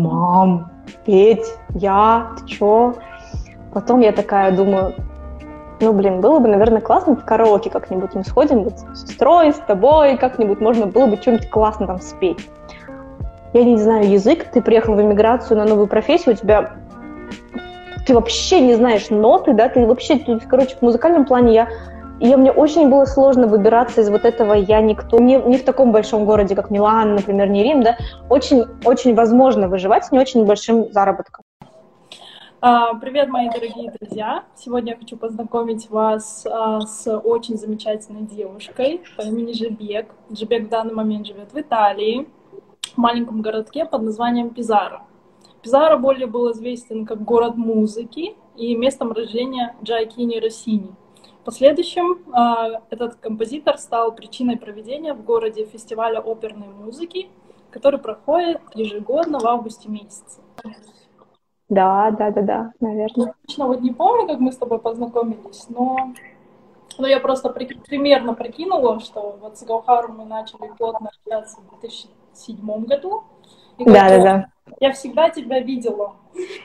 мам, петь, ты чё? Потом я такая думаю, было бы, наверное, классно в караоке как-нибудь мы сходим вот с сестрой, с тобой, как-нибудь можно было бы что-нибудь классно там спеть. Я не знаю язык, ты приехал в эмиграцию на новую профессию, ты вообще не знаешь ноты, да, в музыкальном плане мне очень было сложно выбираться из вот этого «я никто». Не в таком большом городе, как Милан, например, не Рим, да, очень возможно выживать с не очень большим заработком. Привет, мои дорогие друзья! Сегодня я хочу познакомить вас с очень замечательной девушкой по имени Жебек. Жебек в данный момент живет в Италии, в маленьком городке под названием Пизаро. Пизаро более был известен как город музыки и местом рождения Джоаккино Россини. В последующем этот композитор стал причиной проведения в городе фестиваля оперной музыки, который проходит ежегодно в августе месяце. Да, наверное. Я точно не помню, как мы с тобой познакомились, но я просто примерно прикинула, что вот с Гаухаром мы начали плотно общаться в 2007 году. И Да. Я всегда тебя видела.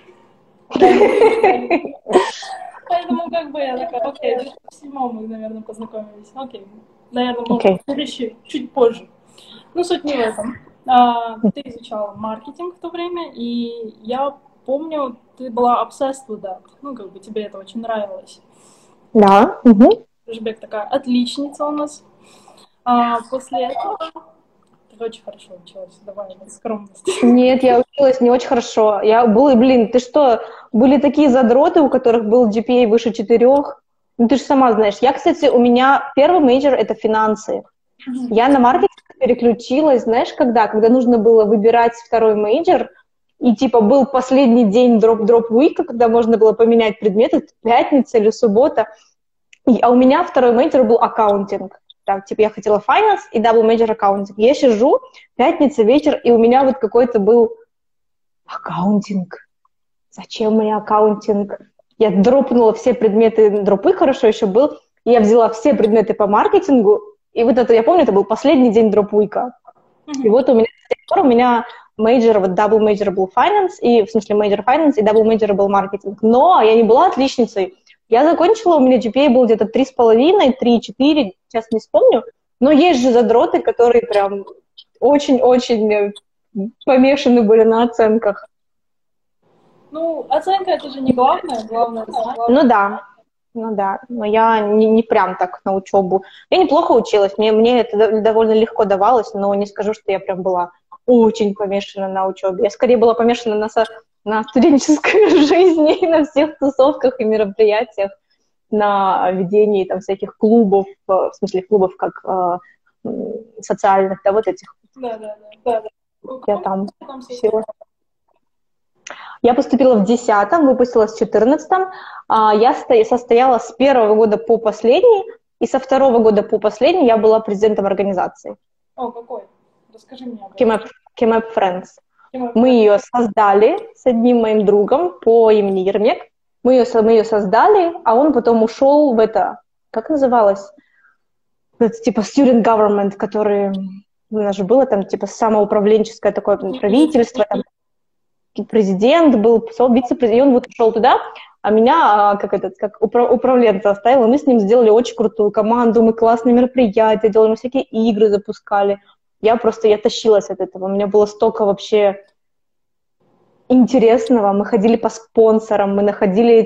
Поэтому я такая, окей, в 2007 мы, наверное, познакомились. Окей, наверное, может, следующий чуть позже. Суть не в этом. Ты изучала маркетинг в то время, и я помню, ты была obsessed with that. Тебе это очень нравилось. Да. Жбек такая отличница у нас. После этого ты очень хорошо училась. Давай, без скромности. Нет, я училась не очень хорошо. Ты что, были такие задроты, у которых был GPA выше 4? Ты же сама знаешь. У меня первый мейджор — это финансы. Я на маркетинг переключилась, знаешь, когда нужно было выбирать второй мейджор, и был последний день дроп-уика, когда можно было поменять предметы, пятница или суббота. А у меня второй мейджор был аккаунтинг. Я хотела finance и double major accounting. Я сижу, пятница, вечер, и у меня какой-то был аккаунтинг. Зачем мне аккаунтинг? Я дропнула все предметы, дропы хорошо еще был, и я взяла все предметы по маркетингу, и я помню, это был последний день дроп-уика. И у меня major, double major был finance, major finance и double major был маркетинг. Но я не была отличницей. Я закончила, у меня GPA был где-то 3,5, 3,4, сейчас не вспомню. Но есть же задроты, которые прям очень-очень помешаны были на оценках. Оценка — это же не главное, главное знать. Ну да, но я не прям так на учебу. Я неплохо училась, мне это довольно легко давалось, но не скажу, что я прям была очень помешана на учебе. Я скорее была помешана на студенческой жизни и на всех тусовках и мероприятиях, на ведении всяких клубов, в смысле клубов как социальных, этих. Да. Я там села. Я поступила в 10-м, выпустилась в 14-м. Я состояла с первого года по последний, и со второго года по последний я была президентом организации. О, какой? Расскажи мне об этом. Kemap Friends. Мы ее создали с одним моим другом по имени Ермек. Мы ее создали, а он потом ушел в это, как называлось? Это student government, который у нас же было самоуправленческое такое правительство, президент был, вице-президент, он ушел туда, а меня как управленца оставил, и мы с ним сделали очень крутую команду, мы классные мероприятия делали, мы всякие игры запускали. Я тащилась от этого, у меня было столько вообще интересного, мы ходили по спонсорам, мы находили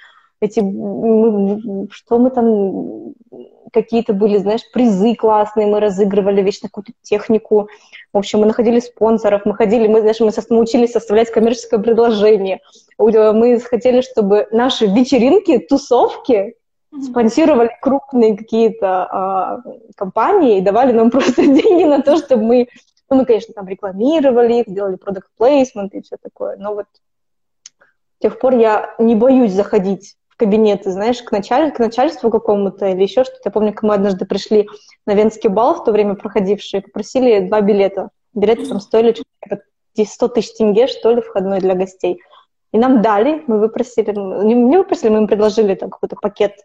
что мы там, какие-то были, знаешь, призы классные, мы разыгрывали вечно какую-то технику. В общем, мы находили спонсоров, мы научились составлять коммерческое предложение. Мы хотели, чтобы наши вечеринки, тусовки спонсировали крупные какие-то компании и давали нам просто деньги на то, чтобы мы, конечно, там рекламировали их, делали product placement и все такое. Но с тех пор я не боюсь заходить в кабинеты, знаешь, к начальству какому-то или еще что-то. Я помню, как мы однажды пришли на Венский бал, в то время проходившие, попросили 2 билета. Билеты там стоили 100 тысяч тенге, что ли, входной для гостей. И нам дали, мы им предложили какой-то пакет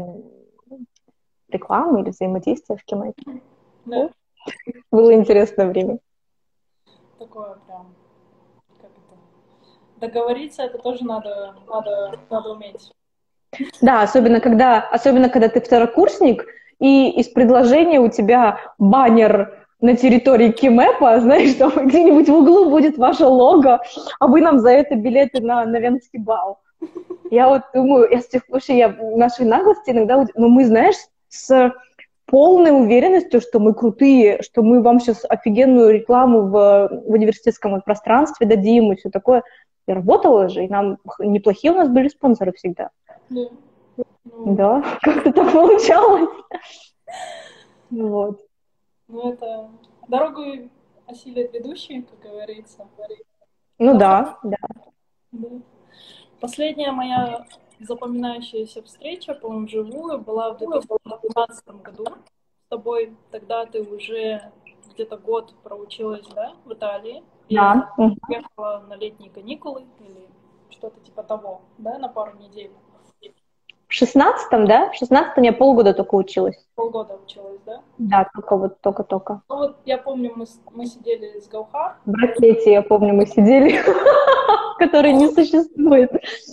рекламы или взаимодействия в Kemap. Да. Было интересное время. Такое прям, договориться это тоже надо уметь. Да, особенно когда ты второкурсник, и из предложения у тебя баннер на территории Кимэпа, знаешь, там где-нибудь в углу будет ваше лого, а вы нам за это билеты на венский бал. Я вот думаю, я в нашей наглости иногда, но мы, знаешь, с полной уверенностью, что мы крутые, что мы вам сейчас офигенную рекламу в университетском пространстве дадим и все такое. Я работала же, и нам неплохие у нас были спонсоры всегда. Да. Да, как-то так получалось. Вот. Ну, это дорогу осилит ведущий, как говорится. Ну да. Да. Последняя моя запоминающаяся встреча, по-моему, вживую, была в 2015 году с тобой. Тогда ты уже где-то год проучилась, да, в Италии? Да. И уехала на летние каникулы или что-то типа того, да, на пару недель. В 16-м, да? В 16-м я полгода только училась. Полгода училась, да? Да, только. Ну вот я помню, мы сидели с Гаухар. Браслете, я помню, мы сидели, который не существует.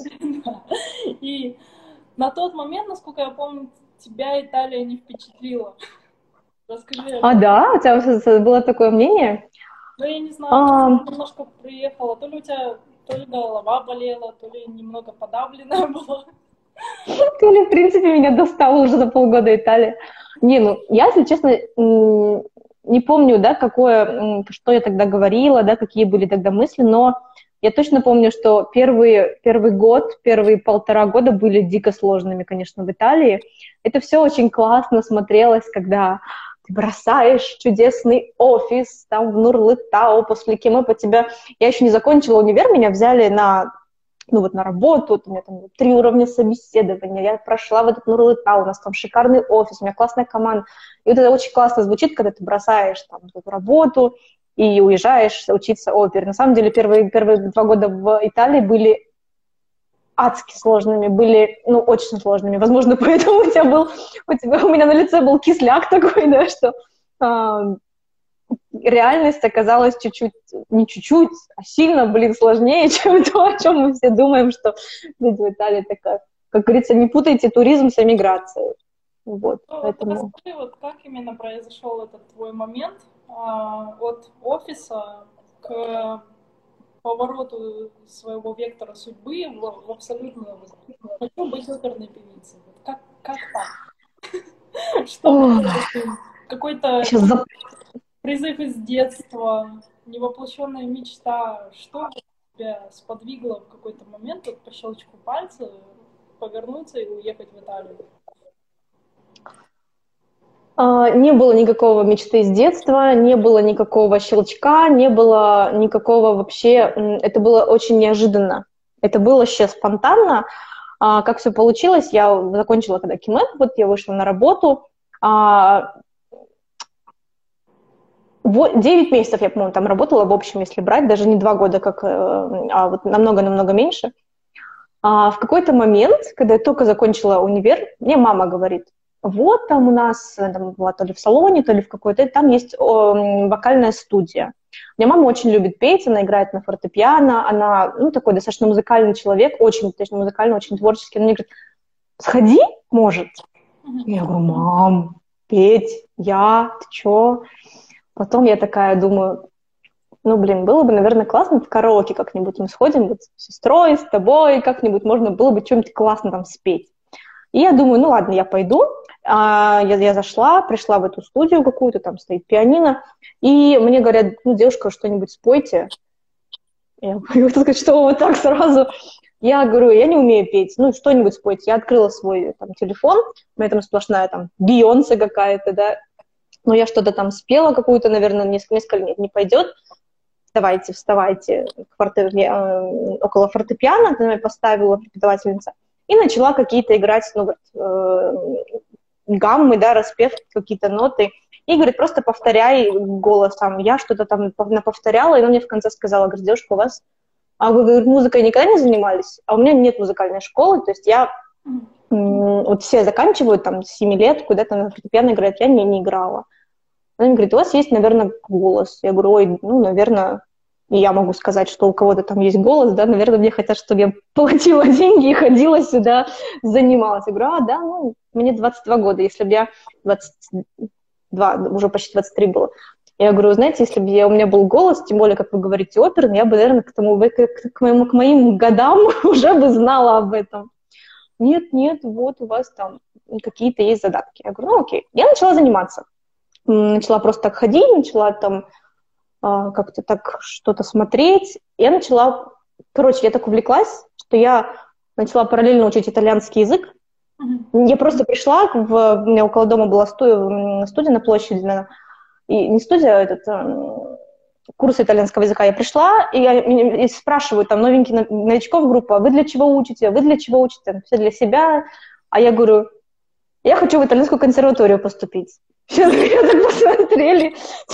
И на тот момент, насколько я помню, тебя Италия не впечатлила. Расскажи. Да? У тебя было такое мнение? Ну, я не знаю, ты немножко приехала, то ли у тебя то ли голова болела, то ли немного подавленная была. То ли, в принципе, меня достало уже за полгода Италия. Не, ну, я, если честно, не помню, да, что я тогда говорила, да, какие были тогда мысли, но я точно помню, что первый год, первые 1,5 года были дико сложными, конечно, в Италии. Это все очень классно смотрелось, когда ты бросаешь чудесный офис там в Нурлытау, после Кимэпа тебя... Я еще не закончила универ, меня взяли на работу, вот у меня там 3 уровня собеседования, я прошла в этот Нурлытау, у нас там шикарный офис, у меня классная команда. И вот это очень классно звучит, когда ты бросаешь там эту работу и уезжаешь учиться опере. На самом деле первые 2 года в Италии были адски сложными, были, очень сложными. Возможно, поэтому у меня на лице был кисляк такой, да, что реальность оказалась не чуть-чуть, а сильно, сложнее, чем то, о чем мы все думаем, что в Италии такая, как говорится, не путайте туризм с эмиграцией. Вот, поэтому... Расскажи, вот как именно произошел этот твой момент от офиса к повороту своего вектора судьбы в абсолютную «хочу быть оперной певицей». Вот как так? Что какой-то призыв из детства, невоплощенная мечта, что тебя сподвигло в какой-то момент вот, по щелчку пальца повернуться и уехать в Италию? Не было никакого мечты с детства, не было никакого щелчка, не было никакого вообще... Это было очень неожиданно. Это было вообще спонтанно. Как все получилось, я закончила когда Кимэп, вот я вышла на работу. 9 месяцев я, по-моему, там работала в общем, если брать, даже не 2 года, а вот намного-намного меньше. В какой-то момент, когда я только закончила универ, мне мама говорит, вот там у нас, там была то ли в салоне, то ли в какой-то, там есть вокальная студия. У меня мама очень любит петь, она играет на фортепиано, она, такой достаточно музыкальный человек, очень музыкальный, очень творческий. Она мне говорит, сходи, может. Я говорю, мам, петь, ты чё? Потом я такая думаю, было бы, наверное, классно в караоке как-нибудь мы сходим вот с сестрой, с тобой, как-нибудь можно было бы что-нибудь классно там спеть. И я думаю, ладно, я пойду. Я зашла, пришла в эту студию какую-то, там стоит пианино, и мне говорят, девушка, что-нибудь спойте. Я говорю, что вот так сразу? Я говорю, я не умею петь, что-нибудь спойте. Я открыла свой там телефон, у меня там сплошная там Бейонсе какая-то, да, но я что-то там спела какую-то, наверное, несколько лет не пойдет. Давайте, вставайте около фортепиано, она меня поставила преподавательница, и начала какие-то играть, гаммы, да, распев, какие-то ноты. И, говорит, просто повторяй голосом. Я что-то там повторяла, и она мне в конце сказала, говорит, девушка, у вас... вы, говорит, музыкой никогда не занимались? А у меня нет музыкальной школы, то есть я... Вот все заканчивают там с 7 лет, куда-то на фортепиано играют, я не играла. Она мне говорит, у вас есть, наверное, голос. Я говорю, ой, наверное, и я могу сказать, что у кого-то там есть голос, да, наверное, мне хотят, чтобы я платила деньги и ходила сюда, занималась. Я говорю, да, ну, мне 22 года, если бы я 22, уже почти 23 было. Я говорю, знаете, если бы у меня был голос, тем более, как вы говорите, оперный, я бы, наверное, к моим годам уже бы знала об этом. Нет, вот у вас там какие-то есть задатки. Я говорю, ну окей. Я начала заниматься. Начала просто так ходить, начала там как-то так что-то смотреть. Я начала, я так увлеклась, что я начала параллельно учить итальянский язык. Я просто пришла, у меня около дома была студия на площади, и не студия, курс итальянского языка. Я пришла, и спрашиваю там новеньких новичков группы, а вы для чего учите? Вы для чего учите? Все для себя. А я говорю, я хочу в итальянскую консерваторию поступить. Сейчас меня так посмотрели.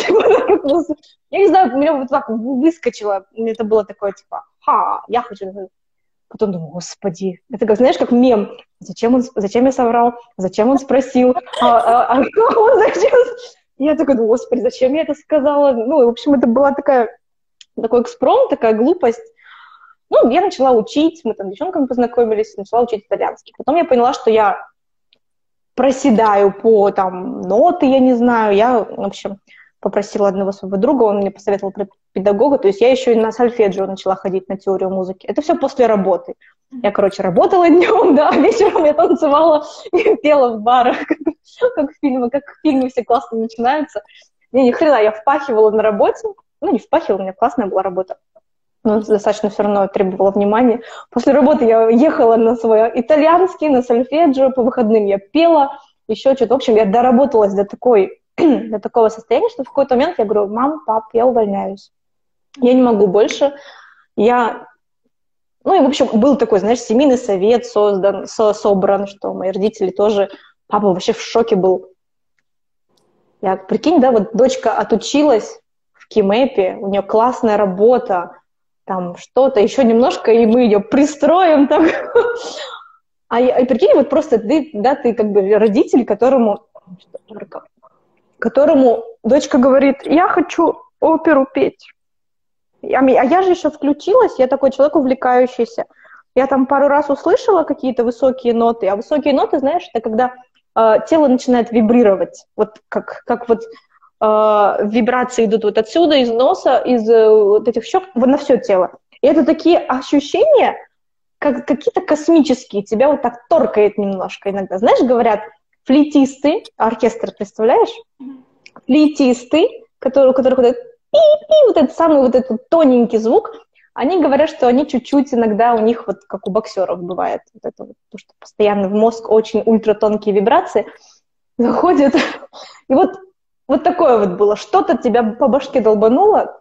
Я не знаю, у меня вот так выскочило. Это было такое, типа, я хочу. Потом думаю, господи, это как, знаешь, как мем. Зачем я соврал? Зачем он спросил? Он зачем? Я такая, господи, зачем я это сказала? Ну, в общем, это была такой экспромт, такая глупость. Ну, я начала учить, мы там с девчонками познакомились, начала учить итальянский. Потом я поняла, что я проседаю по там ноты, я не знаю. Я, в общем, попросила одного своего друга, он мне посоветовал педагога, то есть я еще и на сольфеджио начала ходить на теорию музыки. Это все после работы. Я, работала днем, да, вечером я танцевала и пела в барах, как в фильме все классно начинаются. Ни хрена, я впахивала на работе. Ну, не впахивала, у меня классная была работа. Но достаточно все равно требовала внимания. После работы я ехала на свой итальянский, на сольфеджио, по выходным я пела, еще что-то. В общем, я доработалась до такого состояния, что в какой-то момент я говорю, мам, пап, я увольняюсь. Я не могу больше. Ну и, в общем, был такой, знаешь, семейный совет собран, что мои родители тоже... Папа вообще в шоке был. Я, прикинь, да, вот дочка отучилась в КИМЭПе, у нее классная работа, там что-то, еще немножко, и мы ее пристроим там. И прикинь, вот просто ты как бы родитель, которому дочка говорит, я хочу оперу петь. А я же еще включилась, я такой человек увлекающийся. Я там пару раз услышала какие-то высокие ноты, а высокие ноты, знаешь, это когда тело начинает вибрировать, вот как вот вибрации идут вот отсюда, из носа, из вот этих щек, вот на все тело. И это такие ощущения, как какие-то космические, тебя вот так торкает немножко иногда. Знаешь, говорят, флейтисты, оркестр, представляешь? Флейтисты, у которых вот этот пи-пи, вот этот самый вот этот тоненький звук, они говорят, что они чуть-чуть иногда у них, вот как у боксеров бывает, вот это вот, то, что постоянно в мозг очень ультратонкие вибрации заходят. И вот такое вот было. Что-то тебя по башке долбануло.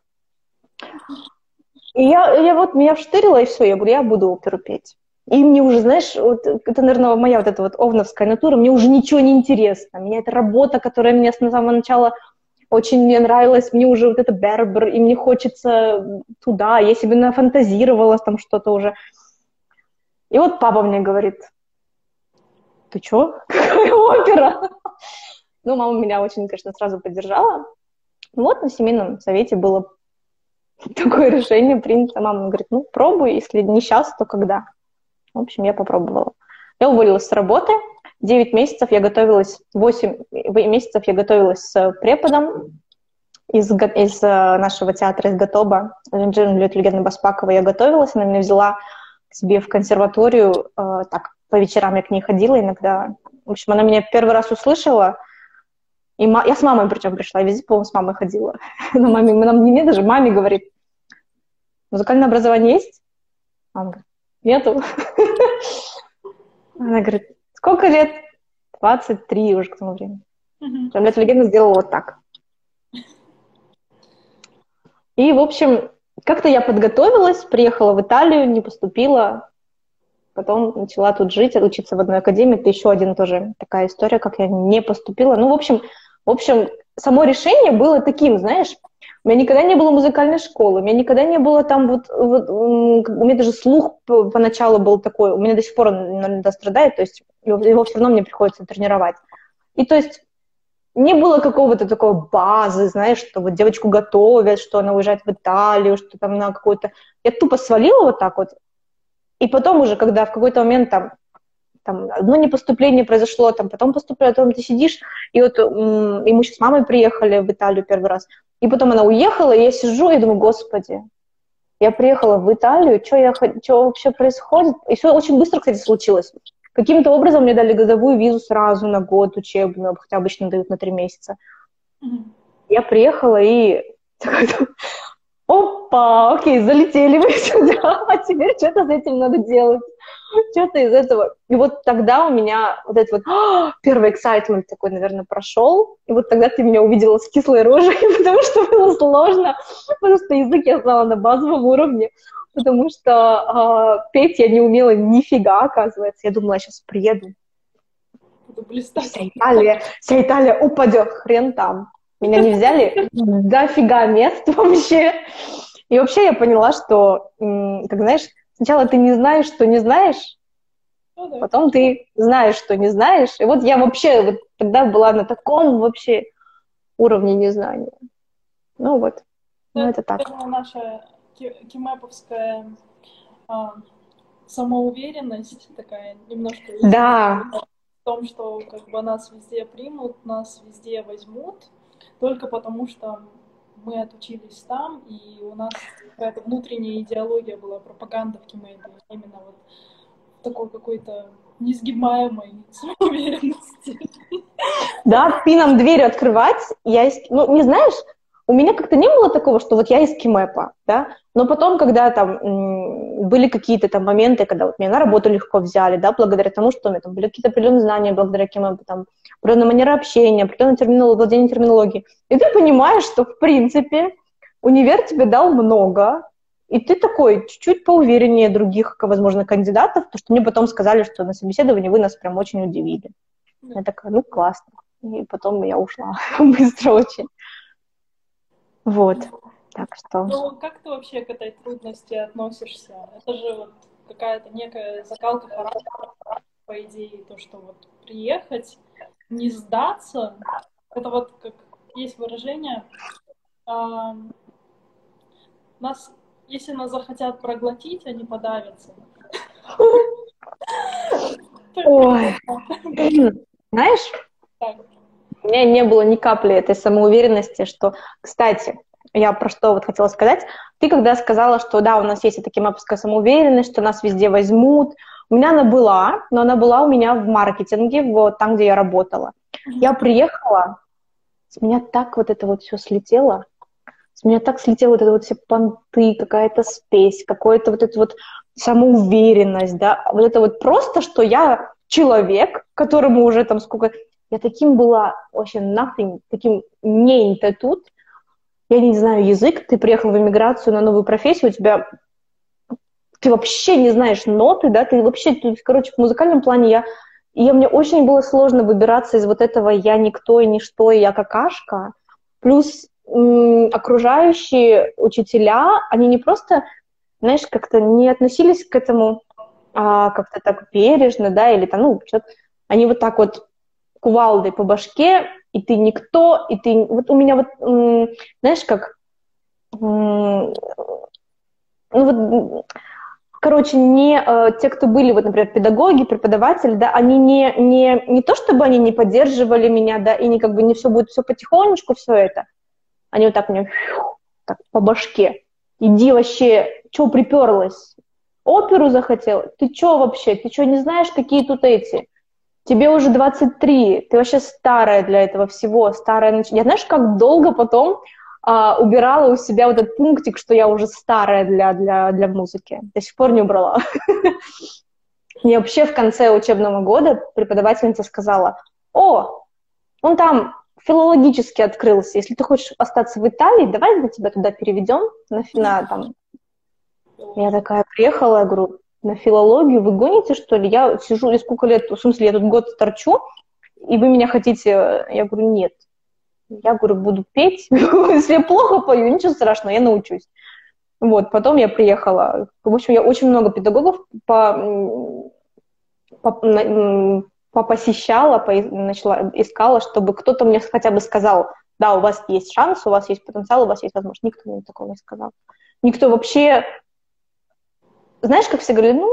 И меня вштырило, и все, я говорю, я буду оперу петь. И мне уже, знаешь, вот, это, наверное, моя вот эта вот овновская натура, мне уже ничего не интересно. Меня эта работа, которая мне с самого начала очень мне нравилась, мне уже вот это Бербер, и мне хочется туда, я себе нафантазировала там что-то уже. И вот папа мне говорит, ты чё? Какая опера? Ну, мама меня очень, конечно, сразу поддержала. Вот на семейном совете было такое решение принято. Мама говорит, ну, пробуй, если не сейчас, то когда? В общем, я попробовала. Я уволилась с работы, 9 месяцев я готовилась, 8 месяцев я готовилась с преподом из нашего театра, из Гатоба, Легенды Баспакова. Я готовилась, она меня взяла к себе в консерваторию, так, по вечерам я к ней ходила иногда. В общем, она меня первый раз услышала, и я с мамой причем пришла, я везде, по-моему, с мамой ходила. Но не мне даже, маме говорит, музыкальное образование есть? Мама говорит, нету. Она говорит, сколько лет? 23 уже к тому времени. Прям «Лето легенды» сделала вот так. И, в общем, как-то я подготовилась, приехала в Италию, не поступила, потом начала тут жить, учиться в одной академии. Это еще один тоже такая история, как я не поступила. Ну, в общем, само решение было таким, знаешь, у меня никогда не было музыкальной школы, у меня никогда не было там у меня даже слух поначалу был такой, у меня до сих пор он иногда страдает, то есть его все равно мне приходится тренировать. И то есть не было какого-то такой базы, знаешь, что вот девочку готовят, что она уезжает в Италию, что там на какую-то... Я тупо свалила вот так вот, и потом уже, когда в какой-то момент там одно непоступление произошло, там потом поступление, потом ты сидишь, и вот и мы сейчас с мамой приехали в Италию первый раз, и потом она уехала, и я сижу и думаю, господи, я приехала в Италию, что вообще происходит? И все очень быстро, кстати, случилось. Каким-то образом мне дали годовую визу сразу на год учебную, хотя обычно дают на 3 месяца. Я приехала и такая, опа, окей, залетели мы сюда, а теперь что-то с этим надо делать. Что-то из этого. И вот тогда у меня вот этот вот первый эксайтмент такой, наверное, прошел. И вот тогда ты меня увидела с кислой рожей, потому что было сложно. Потому что язык я знала на базовом уровне. Потому что петь я не умела нифига, оказывается. Я думала, я сейчас приеду. Вся Италия упадет, хрен там. Меня не взяли, дофига мест вообще. И вообще я поняла, что, как знаешь, сначала ты не знаешь, что не знаешь, потом ты знаешь, что не знаешь. И вот я вообще вот тогда была на таком вообще уровне незнания. Ну вот, ну это так. Это наша кимэповская самоуверенность такая немножко. Да. В том, что как бы нас везде примут, нас везде возьмут, только потому что мы отучились там, и у нас какая-то внутренняя идеология была, пропаганда в Кимэпе, именно вот такой какой-то несгибаемой самоуверенности. Да, пином дверь открывать, ну, не знаешь, у меня как-то не было такого, что вот я из Кимэпа, да, но потом, когда там были какие-то там моменты, когда вот меня на работу легко взяли, да, благодаря тому, что у меня там были какие-то определенные знания, благодаря Кимэпу, там, определенная манера общения, определенное владение терминологией, и ты понимаешь, что, в принципе, универ тебе дал много, и ты такой чуть-чуть поувереннее других, возможно, кандидатов, потому что мне потом сказали, что на собеседовании вы нас прям очень удивили. Я такая, ну, классно. И потом я ушла быстро очень. Вот, так что... Ну, как ты вообще к этой трудности относишься? Это же вот какая-то некая закалка характера, по идее, то, что вот приехать, не сдаться, это вот как есть выражение, если нас захотят проглотить, они подавятся. Ой, знаешь, у меня не было ни капли этой самоуверенности, что, кстати, я про что вот хотела сказать, ты когда сказала, что да, у нас есть и такая кимэповская самоуверенность, что нас везде возьмут, у меня она была, но она была у меня в маркетинге, вот там, где я работала. Я приехала, с меня так вот это вот все слетело, с меня так слетело вот это вот все понты, какая-то спесь, какая-то вот эта вот самоуверенность, да, вот это вот просто, что я человек, которому уже там сколько... Я таким была вообще nothing, таким нень-то тут. Я не знаю язык, ты приехал в эмиграцию на новую профессию, у тебя... Ты вообще не знаешь ноты, да, ты вообще... Короче, в музыкальном плане мне очень было сложно выбираться из вот этого «я никто и ничто, и я какашка». Плюс окружающие учителя, они не просто, знаешь, как-то не относились к этому как-то так бережно, да, или там, ну, что-то... Они вот так вот кувалдой по башке, и ты никто, и ты... Вот у меня вот, знаешь, как... Ну вот, короче, те, кто были, вот, например, педагоги, преподаватели, да, они не то, чтобы они не поддерживали меня, да, и не как бы не все будет все потихонечку, все это. Они вот так мне так по башке. Иди вообще, что приперлась? Оперу захотела? Ты что вообще? Ты что, не знаешь, какие тут эти? Тебе уже 23, ты вообще старая для этого всего, старая. Я знаешь, как долго потом убирала у себя вот этот пунктик, что я уже старая для музыки. До сих пор не убрала. Мне вообще в конце учебного года преподавательница сказала: о, он там филологически открылся, если ты хочешь остаться в Италии, давай мы тебя туда переведем на там. Я такая приехала, я говорю, на филологию, вы гоните, что ли? Я сижу, и сколько лет, в смысле, я тут год торчу, и вы меня хотите... Я говорю, нет. Я говорю, буду петь, если я плохо пою, ничего страшного, я научусь. Вот, потом я приехала. В общем, я очень много педагогов попосещала, начала, искала, чтобы кто-то мне хотя бы сказал, да, у вас есть шанс, у вас есть потенциал, у вас есть возможность. Никто мне такого не сказал. Никто вообще... Знаешь, как все говорили,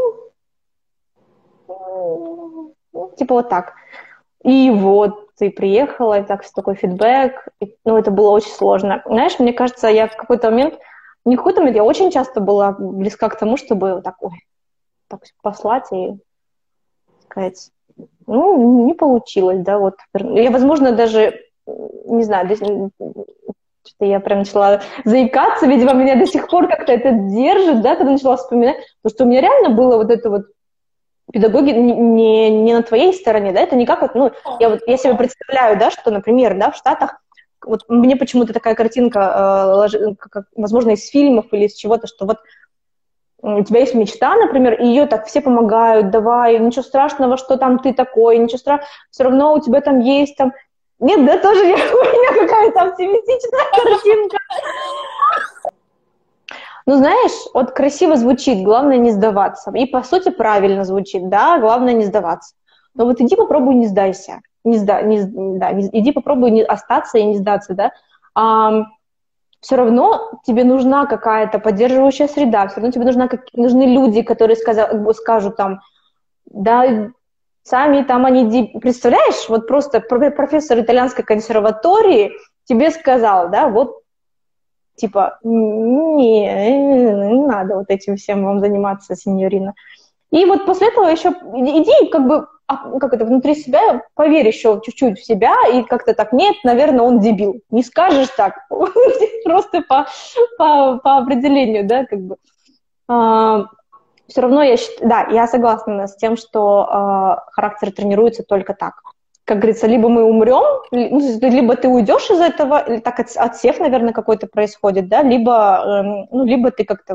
типа вот так. И вот ты приехала, и так такой фидбэк. Это было очень сложно. Знаешь, мне кажется, я в какой-то момент, не в какой-то момент, я очень часто была близка к тому, чтобы вот так, так послать и сказать, не получилось, да, вот. Я, возможно, даже, не знаю, что-то я прям начала заикаться, видимо, меня до сих пор как-то это держит, да, когда начала вспоминать, потому что у меня реально было вот это вот педагоги не на твоей стороне, да, это не как вот, я себе представляю, да, что, например, да, в Штатах, вот мне почему-то такая картинка, возможно, из фильмов или из чего-то, что вот у тебя есть мечта, например, и ее так все помогают, давай, ничего страшного, что там ты такой, ничего страшного, все равно у тебя там есть там... Нет, да, тоже у меня какая-то оптимистичная картинка. Знаешь, вот красиво звучит, главное не сдаваться. И, по сути, правильно звучит, да, главное не сдаваться. Но вот иди попробуй не сдайся. Иди попробуй остаться и не сдаться, да. Все равно тебе нужна какая-то поддерживающая среда, все равно тебе нужны люди, которые скажут там, да, сами там они... Представляешь, вот просто профессор итальянской консерватории тебе сказал, да, вот, типа, не надо вот этим всем вам заниматься, сеньорина. И вот после этого еще иди как бы, внутри себя, поверь еще чуть-чуть в себя, и как-то так, нет, наверное, он дебил. Не скажешь так, просто по определению, да, как бы. Все равно я согласна с тем, что характер тренируется только так. Как говорится, либо мы умрем, либо ты уйдешь из этого, или так отсев, наверное, какой-то происходит, да, либо ты как-то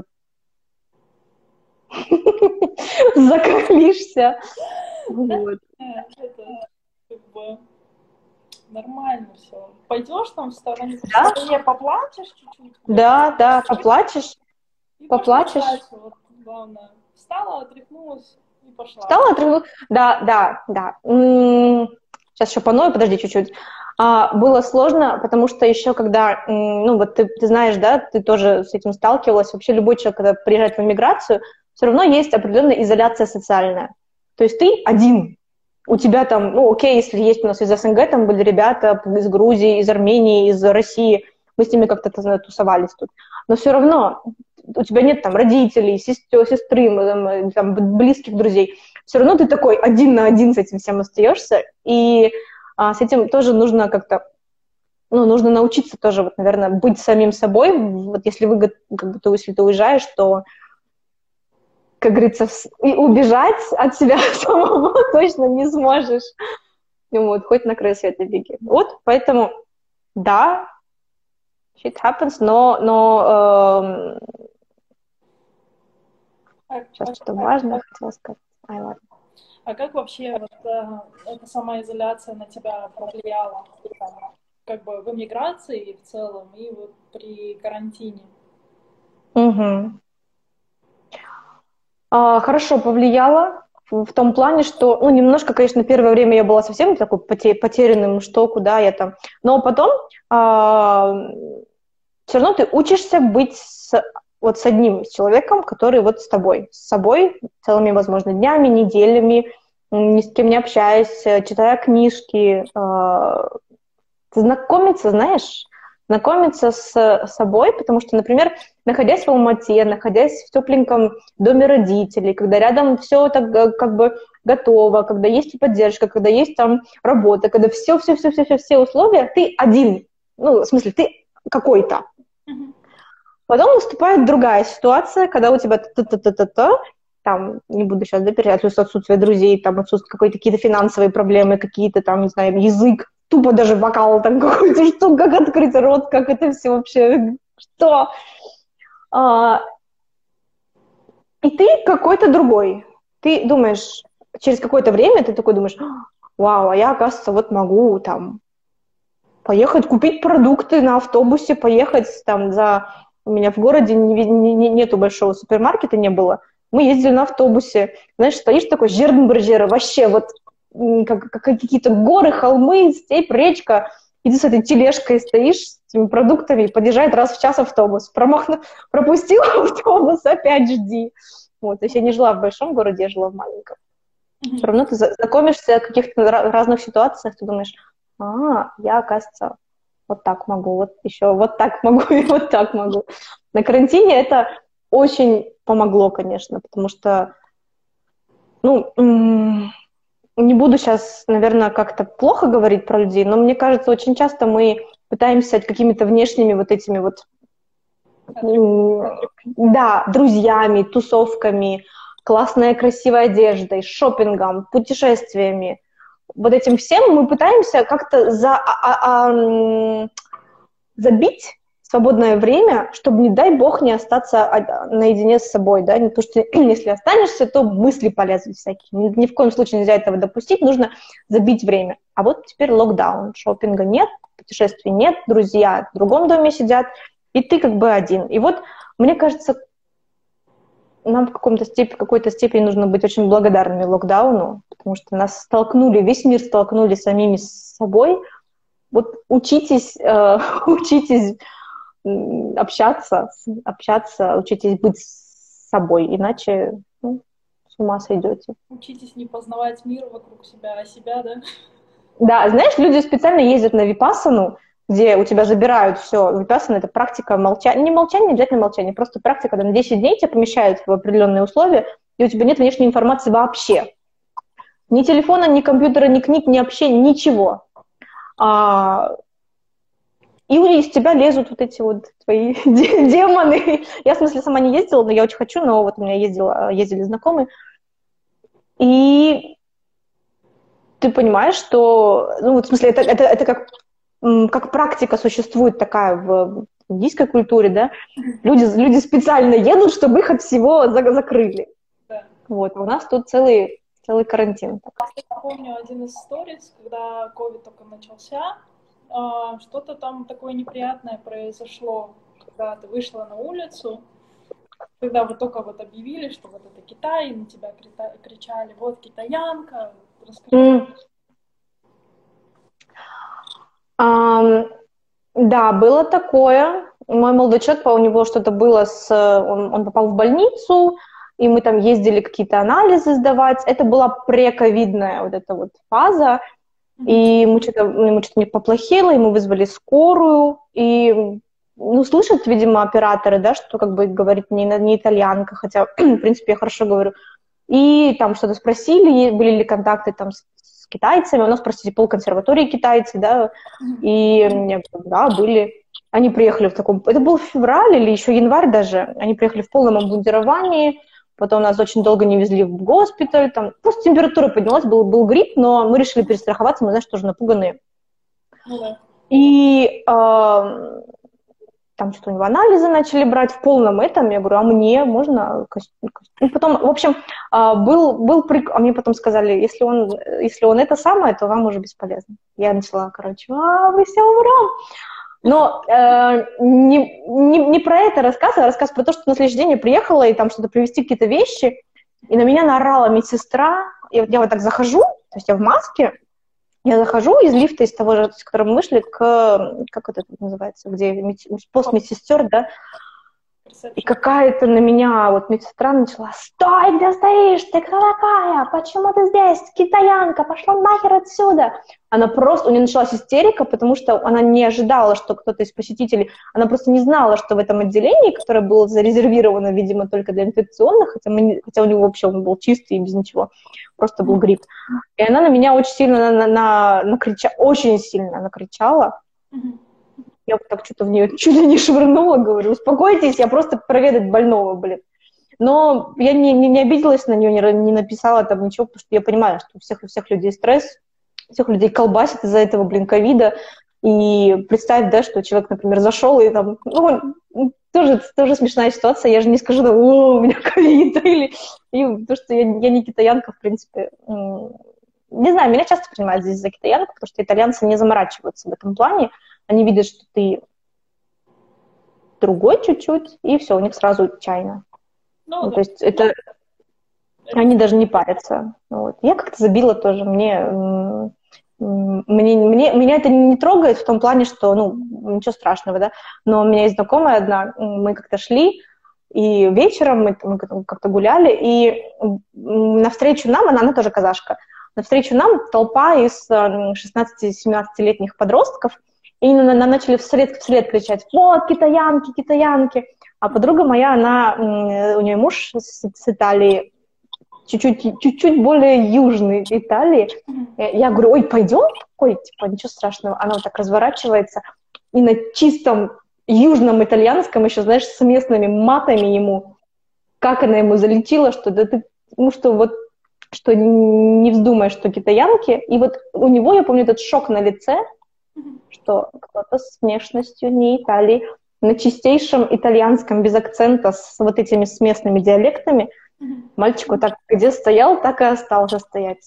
закалишься. Вот. Это как бы нормально все. Пойдешь там в стороне, поплачешь чуть-чуть? Да, поплачешь. Вот, главное. Встала, отряхнулась и пошла. Да. Сейчас еще поною, подожди чуть-чуть. Было сложно, потому что еще когда, вот ты знаешь, да, ты тоже с этим сталкивалась, вообще любой человек, когда приезжает в эмиграцию, все равно есть определенная изоляция социальная. То есть ты один. У тебя там, окей, если есть у нас из СНГ, там были ребята из Грузии, из Армении, из России, мы с ними как-то тусовались тут. Но все равно у тебя нет там родителей, сестры, там, близких друзей. Все равно ты такой один на один с этим всем остаешься. И с этим тоже нужно как-то, нужно научиться тоже, вот, наверное, быть самим собой. Вот если если ты уезжаешь, то, как говорится, и убежать от себя самого точно не сможешь. Вот, хоть на край света беги. Вот, поэтому, да, shit happens, но сейчас что-то важное хотела сказать. Ладно. А как вообще эта самоизоляция на тебя повлияла? Как бы в эмиграции в целом и вот при карантине? Угу. Хорошо повлияла в том плане, что, немножко, конечно, первое время я была совсем такой потерянным, что, куда я там. Но потом все равно ты учишься быть с одним человеком, который вот с собой целыми, возможно, днями, неделями, ни с кем не общаясь, читая книжки, знакомиться с собой, потому что, например, находясь в Алмате, находясь в тепленьком доме родителей, когда рядом все так как бы готово, когда есть поддержка, когда есть там работа, когда все условия, ты один, в смысле, ты какой-то. Потом наступает другая ситуация, когда у тебя там, не буду сейчас перечислять, отсутствие друзей, там отсутствие какие-то финансовые проблемы, какие-то там, не знаю, язык, тупо даже вокал там какой-то, что, как открыть рот, как это все вообще, что? И ты какой-то другой. Ты думаешь, через какое-то время ты такой думаешь, вау, а я, оказывается, вот могу там поехать купить продукты на автобусе, поехать там У меня в городе нету большого супермаркета, не было. Мы ездили на автобусе. Знаешь, стоишь такой жерденбургера, вообще вот как какие-то горы, холмы, степь, речка, и ты с этой тележкой стоишь, с этими продуктами, подъезжает раз в час автобус. Пропустил автобус, опять жди. Вот, то есть я не жила в большом городе, я жила в маленьком. Все равно ты знакомишься в каких-то разных ситуациях, ты думаешь, я, оказывается, вот так могу, вот еще вот так могу и вот так могу. На карантине это очень помогло, конечно, потому что, не буду сейчас, наверное, как-то плохо говорить про людей, но мне кажется, очень часто мы пытаемся какими-то внешними вот этими вот, да, друзьями, тусовками, классной красивой одеждой, шопингом, путешествиями, вот этим всем мы пытаемся как-то забить свободное время, чтобы, не дай бог, не остаться наедине с собой, да, потому что если останешься, то мысли полезут всякие. Ни в коем случае нельзя этого допустить, нужно забить время. А вот теперь локдаун, шопинга нет, путешествий нет, друзья в другом доме сидят, и ты как бы один. И вот, мне кажется, нам в какой-то степени нужно быть очень благодарными локдауну, потому что нас столкнули, весь мир столкнули самими с собой. Вот учитесь общаться, учитесь быть с собой, иначе с ума сойдете. Учитесь не познавать мир вокруг себя, а себя, да? Да, знаешь, люди специально ездят на випассану, где у тебя забирают все. Випассана — это практика молчания, не обязательно молчание, просто практика, когда на 10 дней тебя помещают в определенные условия, и у тебя нет внешней информации вообще. Ни телефона, ни компьютера, ни книг, ни общения, ничего. И из тебя лезут вот эти вот твои демоны. Я, в смысле, сама не ездила, но я очень хочу, но вот у меня ездили знакомые. И ты понимаешь, что, в смысле, это как практика существует такая в индийской культуре, да? Люди специально едут, чтобы их от всего закрыли. Да. Вот, у нас тут целый карантин. Я помню один из сториз, когда ковид только начался, что-то там такое неприятное произошло, когда ты вышла на улицу, когда вы только вот объявили, что вот это Китай, и на тебя кричали, вот китаянка, расскажи. Да, было такое. Мой молодой человек, у него что-то было он попал в больницу, и мы там ездили какие-то анализы сдавать. Это была прековидная вот эта вот фаза, и ему что-то не поплохело, и мы вызвали скорую, и, слышат, видимо, операторы, да, что как бы говорит не итальянка, хотя, в принципе, я хорошо говорю. И там что-то спросили, были ли контакты там с китайцами, у нас, простите, полконсерватории китайцы, да, и я говорю, да, были. Они приехали в таком, это был февраль или еще январь даже, они приехали в полном обмундировании, потом нас очень долго не везли в госпиталь, там просто температура поднялась, был грипп, но мы решили перестраховаться, мы, знаешь, тоже напуганные. И там что-то у него анализы начали брать в полном этом, я говорю, а мне можно костюм? Потом, в общем, был прикол, а мне потом сказали, если он это самое, то вам уже бесполезно. Я начала, вы все умрем. Но не про это рассказ, а рассказ про то, что на следующий день я приехала, и там что-то привезти какие-то вещи, и на меня наорала медсестра, я вот так захожу, то есть я в маске, я захожу из лифта, из того же, с которого мы вышли, как это называется, где пост медсестер, да, и какая-то на меня вот медсестра начала: «Стой, где стоишь? Ты кто такая? Почему ты здесь? Китаянка, пошла нахер отсюда!» У нее началась истерика, потому что она не ожидала, что кто-то из посетителей, она просто не знала, что в этом отделении, которое было зарезервировано, видимо, только для инфекционных, хотя у него вообще он был чистый и без ничего, просто был грипп. И она на меня очень сильно очень сильно накричала. Я вот так что-то в нее чуть ли не швырнула, говорю, успокойтесь, я просто проведать больного, блин. Но я не обиделась на нее, не написала там ничего, потому что я понимаю, что у всех людей стресс, всех людей колбасит из-за этого, ковида. И представь, да, что человек, например, зашел и там, тоже смешная ситуация, я же не скажу, у меня ковид, или то, что я не китаянка, в принципе. Не знаю, меня часто принимают здесь за китаянку, потому что итальянцы не заморачиваются в этом плане. Они видят, что ты другой чуть-чуть, и все, у них сразу чайно. То есть это... Они даже не парятся. Вот. Я как-то забила тоже. Меня это не трогает в том плане, что, ну, ничего страшного, да, но у меня есть знакомая одна, мы как-то шли, и вечером мы как-то гуляли, и навстречу нам, она тоже казашка, навстречу нам толпа из 16-17-летних подростков, и нам начали вслед кричать: «Вот, китаянки, китаянки!» А подруга моя, у нее муж с Италии, чуть-чуть более южной Италии. Я говорю: «Ой, пойдем?» Ой, типа, ничего страшного. Она вот так разворачивается, и на чистом южном итальянском, еще, знаешь, с местными матами ему, как она ему залетела, что да ты, ну что вот, что не вздумай, что китаянки. И вот у него, я помню, этот шок на лице, что кто-то с внешностью не Италии, на чистейшем итальянском, без акцента, с вот этими с местными диалектами, мальчик вот так где стоял, так и остался стоять.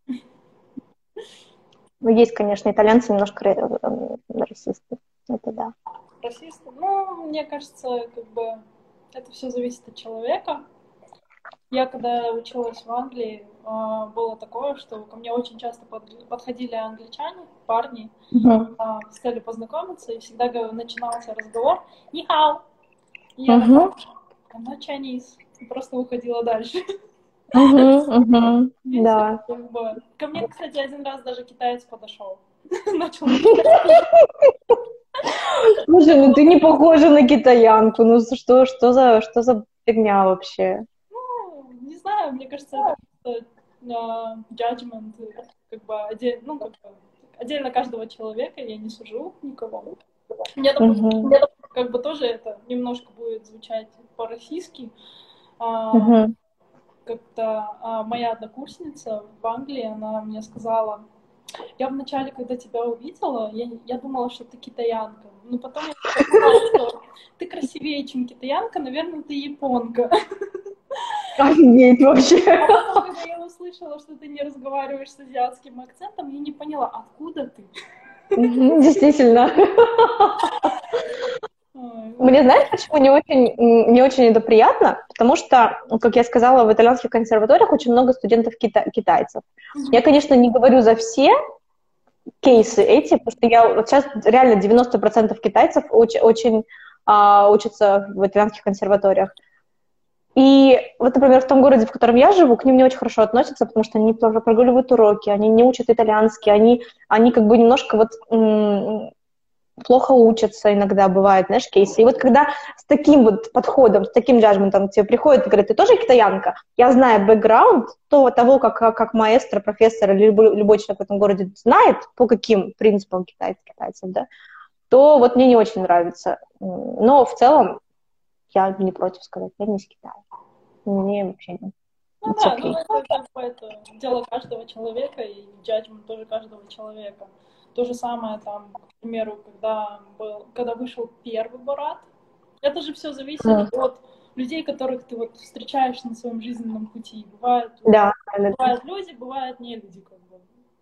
Ну, есть, конечно, итальянцы немножко расисты. Это да. Расисты? Ну, мне кажется, как бы это все зависит от человека. Я, когда училась в Англии, было такое, что ко мне очень часто подходили англичане, парни, с целью познакомиться, и всегда начинался разговор «Ни хао!» И я такая: «I'm not Chinese», и просто уходила дальше. Да. Ко мне, кстати, один раз даже китаец подошел. Начал. Слушай, ну ты не похожа на китаянку. Ну что за фигня вообще? Ну, не знаю, мне кажется, это judgment, как бы отдельно каждого человека, я не сужу никого. Мне как бы тоже это немножко будет звучать по-российски. Как-то моя однокурсница в Англии, она мне сказала: «Я вначале, когда тебя увидела, я думала, что ты китаянка. Но потом я подумала, что ты красивее, чем китаянка, наверное, ты японка». Офигеть вообще. А потом, когда я услышала, что ты не разговариваешь с азиатским акцентом, я не поняла, откуда ты. Действительно. Мне, знаешь, почему не очень это приятно? Потому что, как я сказала, в итальянских консерваториях очень много студентов китайцев. Я, конечно, не говорю за все кейсы эти, потому что я вот сейчас реально 90% китайцев очень учатся в итальянских консерваториях. И вот, например, в том городе, в котором я живу, к ним не очень хорошо относятся, потому что они прогуливают уроки, они не учат итальянский, они как бы немножко вот плохо учатся иногда, бывает, знаешь, кейсы. И вот когда с таким вот подходом, с таким джаджментом к тебе приходят и говорят: «Ты тоже китаянка?» Я знаю бэкграунд того, как маэстро, профессор или любой человек в этом городе знает, по каким принципам китайцев, да, то вот мне не очень нравится. Но в целом я не против сказать, я не из Китая. Мне вообще не. Ну да, это дело каждого человека, и джаджмент тоже каждого человека. То же самое там, к примеру, когда вышел первый Борат, это же все зависит от людей, которых ты вот встречаешь на своем жизненном пути. Бывают люди, бывают не люди, как бы.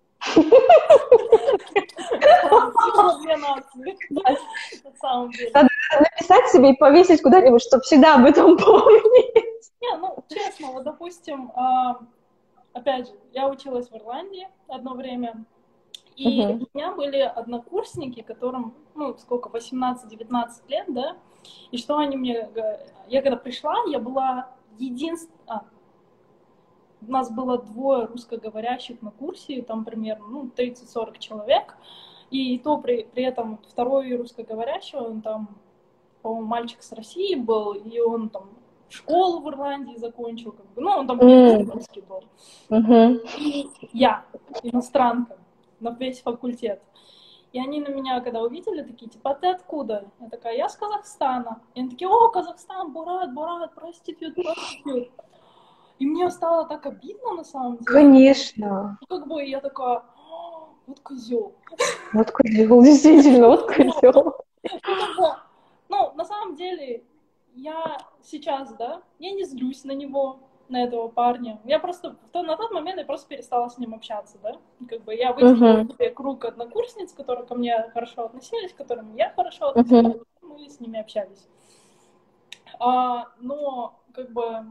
Две нации. На самом деле. Надо написать себе и повесить куда-нибудь, чтобы всегда об этом помнить. Не, ну, честно, вот, допустим, опять же, я училась в Ирландии одно время, и у меня были однокурсники, которым, 18-19 лет, да, и что они мне говорят? Я когда пришла, я была единственной... У нас было 2 русскоговорящих на курсе, там примерно 30-40 человек, и то при этом второй русскоговорящий, он там, по-моему, мальчик с России был, и он там школу в Ирландии закончил, как бы, он там русский был. И я, иностранка, на весь факультет. И они на меня, когда увидели, такие, типа: «А ты откуда?» Я такая: «Я с Казахстана». И они такие: «О, Казахстан, Борат, проститут». И мне стало так обидно, на самом деле. Конечно. Как бы я такая: вот козел. Вот козел, действительно, вот козел. На самом деле, я сейчас, да, я не злюсь на него, на этого парня. Я просто на тот момент я просто перестала с ним общаться, да. Как бы я выделила себе круг однокурсниц, которые ко мне хорошо относились, к которым я хорошо относилась, мы с ними общались. Но как бы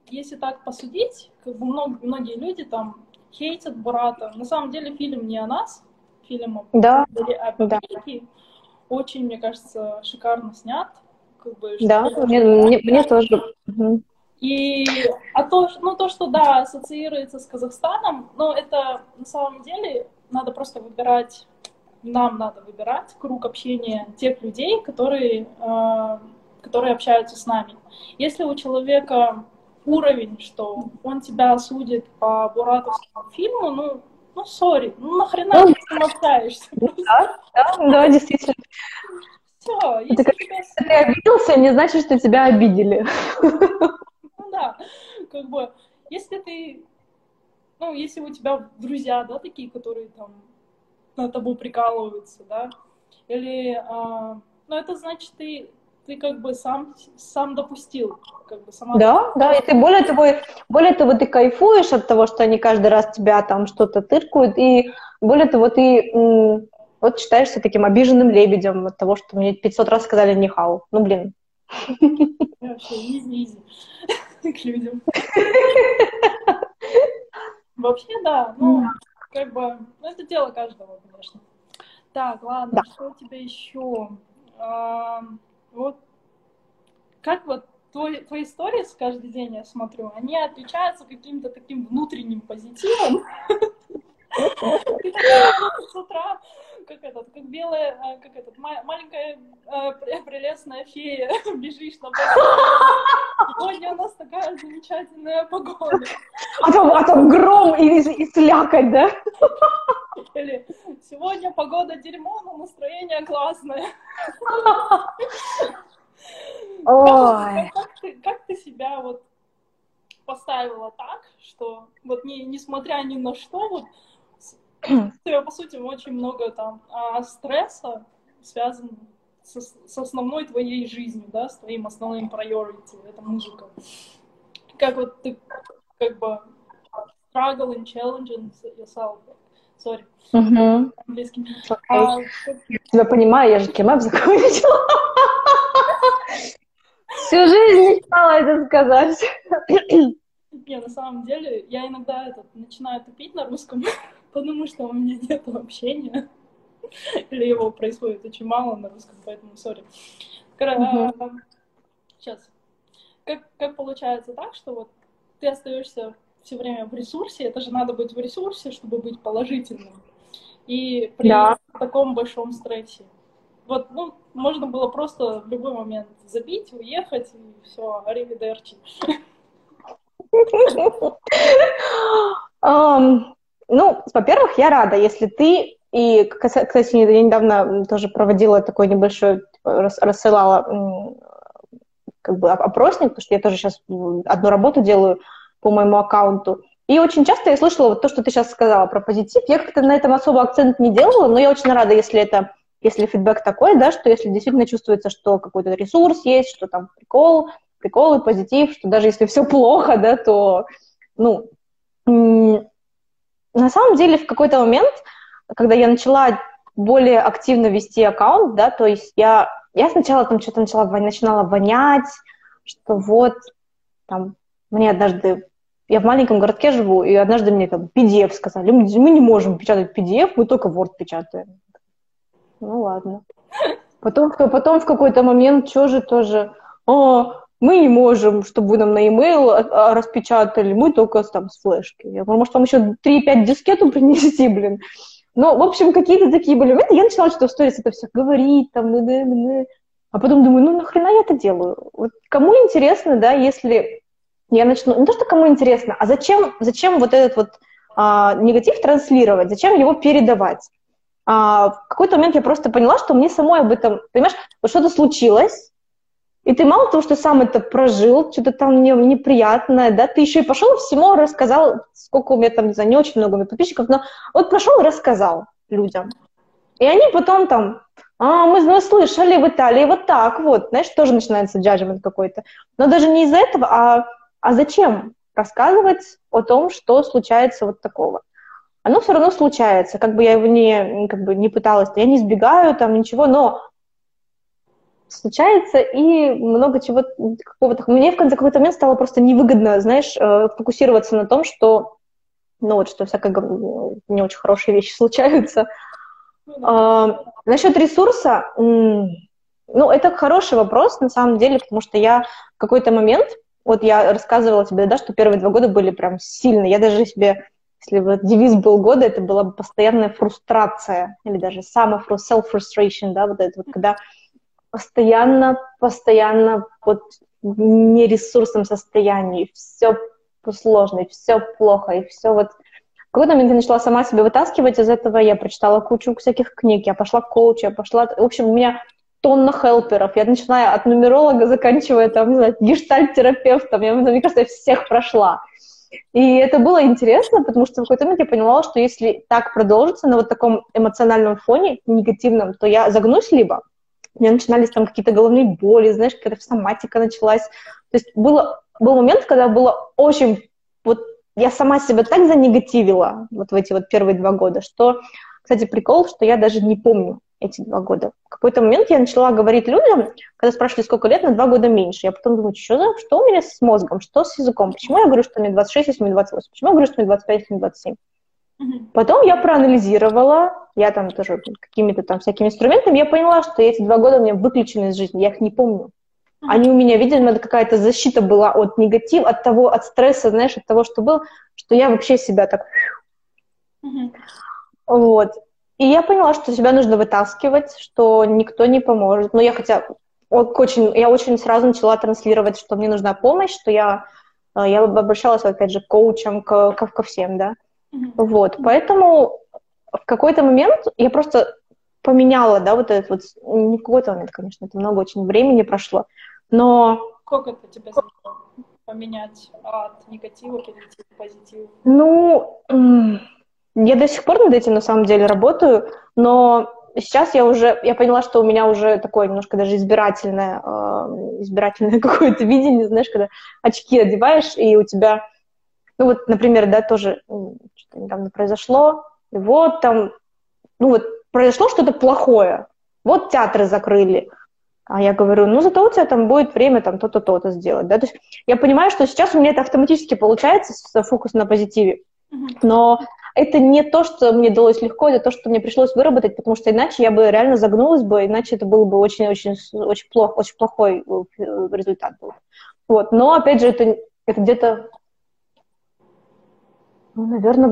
если так посудить, как бы многие люди там хейтят Бората. На самом деле фильм не о нас, фильм Да, о да, Америке. Очень, мне кажется, шикарно снят. Как бы, да, мне тоже. Мгм. И то, что да, ассоциируется с Казахстаном, но это на самом деле надо просто выбирать, нам надо выбирать круг общения тех людей, которые общаются с нами. Если у человека уровень, что он тебя осудит по буратовскому фильму, ну, сори, ну, нахрена Ну, ты с ним общаешься? да, действительно. Все, Это если как тебя... ты обиделся, не значит, что тебя обидели. Ну да, как бы, если ты, ну, если у тебя друзья, да, такие, которые там над тобой прикалываются, да, или, ну, это значит, ты как бы сам допустил, как бы сама Да, да, и ты более того, ты кайфуешь от того, что они каждый раз тебя там что-то тыркают, и более того, ты вот считаешься таким обиженным лебедем от того, что мне 500 раз сказали «нихау». Ну, блин. вообще изи к людям. Вообще, да, ну, как бы, ну, это дело каждого, конечно. Так, ладно, Да. что у тебя еще? Вот как вот твои истории каждый день я смотрю, они отличаются каким-то таким внутренним позитивом. Ты такая с утра, как белая, маленькая прелестная фея, бежишь на балкон. Сегодня у нас такая замечательная погода. А там гром и слякоть, да? Или сегодня погода дерьмо, но настроение классное. Ой. Как ты себя вот поставила так, что вот несмотря ни на что, вот по сути, очень много там стресса связан с основной твоей жизнью, да, с твоим основным priority, это музыка. Как вот ты как бы struggling, challenging yourself, sorry, английским. Okay. Я тебя понимаю, я же КМФ закончила. Всю жизнь мечтала это сказать. Не, на самом деле, я иногда начинаю тупить на русском, потому что у меня нет общения, или его происходит очень мало на русском, поэтому сори. Сейчас. Как получается так, что вот ты остаешься все время в ресурсе, это же надо быть в ресурсе, чтобы быть положительным, и при таком большом стрессе. Вот, ну, можно было просто в любой момент забить, уехать, и все, аривидерчи. Ну, во-первых, я рада, если ты, и, кстати, я недавно тоже проводила такой небольшой, рассылала как бы опросник, потому что я тоже сейчас одну работу делаю по моему аккаунту, и очень часто я слышала вот то, что ты сейчас сказала про позитив, я как-то на этом особо акцент не делала, но я очень рада, если фидбэк такой, да, что если действительно чувствуется, что какой-то ресурс есть, что там приколы, позитив, что даже если все плохо, да, то, ну, на самом деле в какой-то момент, когда я начала более активно вести аккаунт, да, то есть я сначала там что-то начинала вонять, что вот, там, мне однажды, я в маленьком городке живу, и однажды мне там PDF сказали, мы не можем печатать PDF, мы только Word печатаем. Ну ладно. Потом в какой-то момент что же тоже, мы не можем, чтобы вы нам на e-mail распечатали, мы только там с флешки. Я говорю, может, вам еще 3-5 дискету принести, блин. Ну, в общем, какие-то такие были моменты. Я начала что-то в сторис это все говорить, там, а потом думаю, ну, нахрена я это делаю? Вот кому интересно, да, если я начну... Не то, что кому интересно, а зачем вот этот вот негатив транслировать, зачем его передавать? В какой-то момент я просто поняла, что мне самой об этом, понимаешь, вот что-то случилось, и ты мало того, что сам это прожил, что-то там неприятное, да, ты еще и пошел всему рассказал, сколько у меня там, не знаю, не очень много подписчиков, но вот пошел и рассказал людям. И они потом там, мы слышали в Италии вот так вот, знаешь, тоже начинается джаджмент какой-то. Но даже не из-за этого, а зачем рассказывать о том, что случается вот такого? Оно все равно случается, как бы я его не пыталась, я не избегаю там ничего, но случается, и много чего какого-то... Мне в какой-то момент стало просто невыгодно, знаешь, фокусироваться на том, что, ну вот, что всякие не очень хорошие вещи случаются. Насчет ресурса, ну, это хороший вопрос, на самом деле, потому что я в какой-то момент, вот я рассказывала тебе, да, что первые 2 года были прям сильные. Я даже себе, если бы девиз был года, это была бы постоянная фрустрация, или даже self-frustration, да, вот это вот, когда постоянно вот в нересурсном состоянии, все сложно, и все плохо, и все вот... В какой-то момент я начала сама себя вытаскивать из этого, я прочитала кучу всяких книг, я пошла к коучу, в общем, у меня тонна хелперов, я начиная от нумеролога, заканчивая, там, не знаю, гештальт-терапевтом, мне кажется, я всех прошла. И это было интересно, потому что в какой-то момент я поняла, что если так продолжится на вот таком эмоциональном фоне, негативном, то я загнусь либо, у меня начинались там какие-то головные боли, знаешь, какая-то соматика началась. То есть был момент, когда было очень... Вот я сама себя так занегативила вот в эти вот первые 2 года, что, кстати, прикол, что я даже не помню эти 2 года. В какой-то момент я начала говорить людям, когда спрашивали, сколько лет, на 2 года меньше. Я потом думаю, что у меня с мозгом, что с языком? Почему я говорю, что мне 26, если мне 28? Почему я говорю, что мне 25, если мне 27? Потом я проанализировала, я там тоже какими-то там всякими инструментами, я поняла, что эти 2 года у меня выключены из жизни, я их не помню. Они у меня, видимо, какая-то защита была от негатива, от стресса, знаешь, от того, что было, что я вообще себя так... Вот. И я поняла, что себя нужно вытаскивать, что никто не поможет. Но я очень сразу начала транслировать, что мне нужна помощь, что я обращалась, опять же, к коучам, ко всем, да. Вот, поэтому в какой-то момент я просто поменяла, да, вот этот вот, не в какой-то момент, конечно, это много очень времени прошло, но... Сколько это тебе заняло поменять от негатива перейти к позитиву? Ну, я до сих пор над этим, на самом деле, работаю, но сейчас я поняла, что у меня уже такое немножко даже избирательное какое-то видение, знаешь, когда очки одеваешь, и у тебя... Ну вот, например, да, тоже что-то недавно произошло, и вот там, ну вот, произошло что-то плохое, вот театры закрыли, а я говорю, ну зато у тебя там будет время там то-то, то-то сделать, да, то есть я понимаю, что сейчас у меня это автоматически получается, фокус на позитиве, но это не то, что мне далось легко, это то, что мне пришлось выработать, потому что иначе я бы реально загнулась бы, иначе это был бы очень-очень плохой результат был. Вот, но опять же, это где-то... Ну, наверное,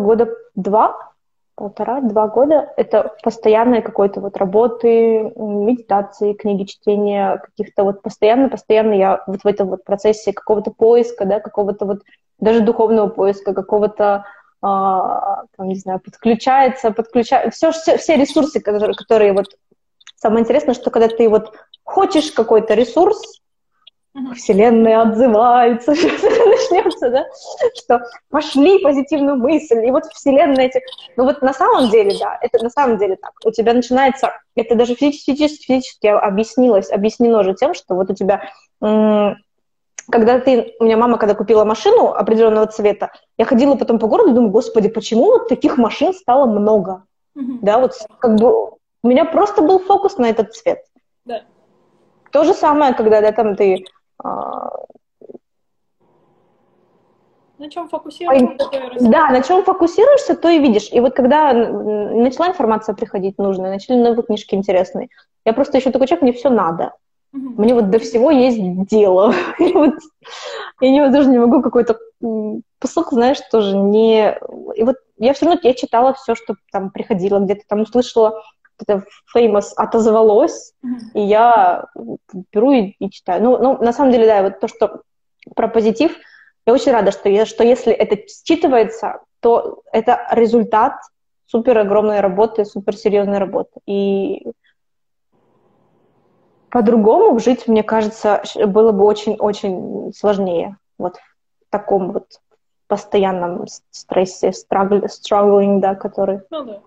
1.5-2 года это постоянной какой-то вот работы, медитации, книги чтения, каких-то вот постоянно я вот в этом вот процессе какого-то поиска, да, какого-то вот даже духовного поиска, какого-то, там, не знаю, подключает, все ресурсы, которые вот... Самое интересное, что когда ты вот хочешь какой-то ресурс, Вселенная отзывается, начнется, да, что пошли позитивную мысль, и вот Вселенная... Ну вот на самом деле, да, это на самом деле так. У тебя начинается, это даже физически объяснено же тем, что вот у тебя, у меня мама, когда купила машину определенного цвета, я ходила потом по городу и думаю, господи, почему вот таких машин стало много? Да, вот как бы у меня просто был фокус на этот цвет. Да. То же самое, когда, да, там ты... На чем фокусируешься, то и растет. Да, на чем фокусируешься, то и видишь. И вот когда начала информация приходить нужная, начали новые книжки интересные, я просто еще такой человек, мне все надо. Мне вот до всего есть дело. И вот я даже не могу какой-то посыл, знаешь, тоже не... И вот я все равно читала все, что там приходило, где-то там услышала, это famous отозвалось, и я беру и читаю. Ну, на самом деле, да, вот то, что про позитив, я очень рада, что если это считывается, то это результат супер огромной работы, супер серьезной работы. И по-другому жить, мне кажется, было бы очень-очень сложнее. Вот в таком вот постоянном стрессе, struggling, да, который...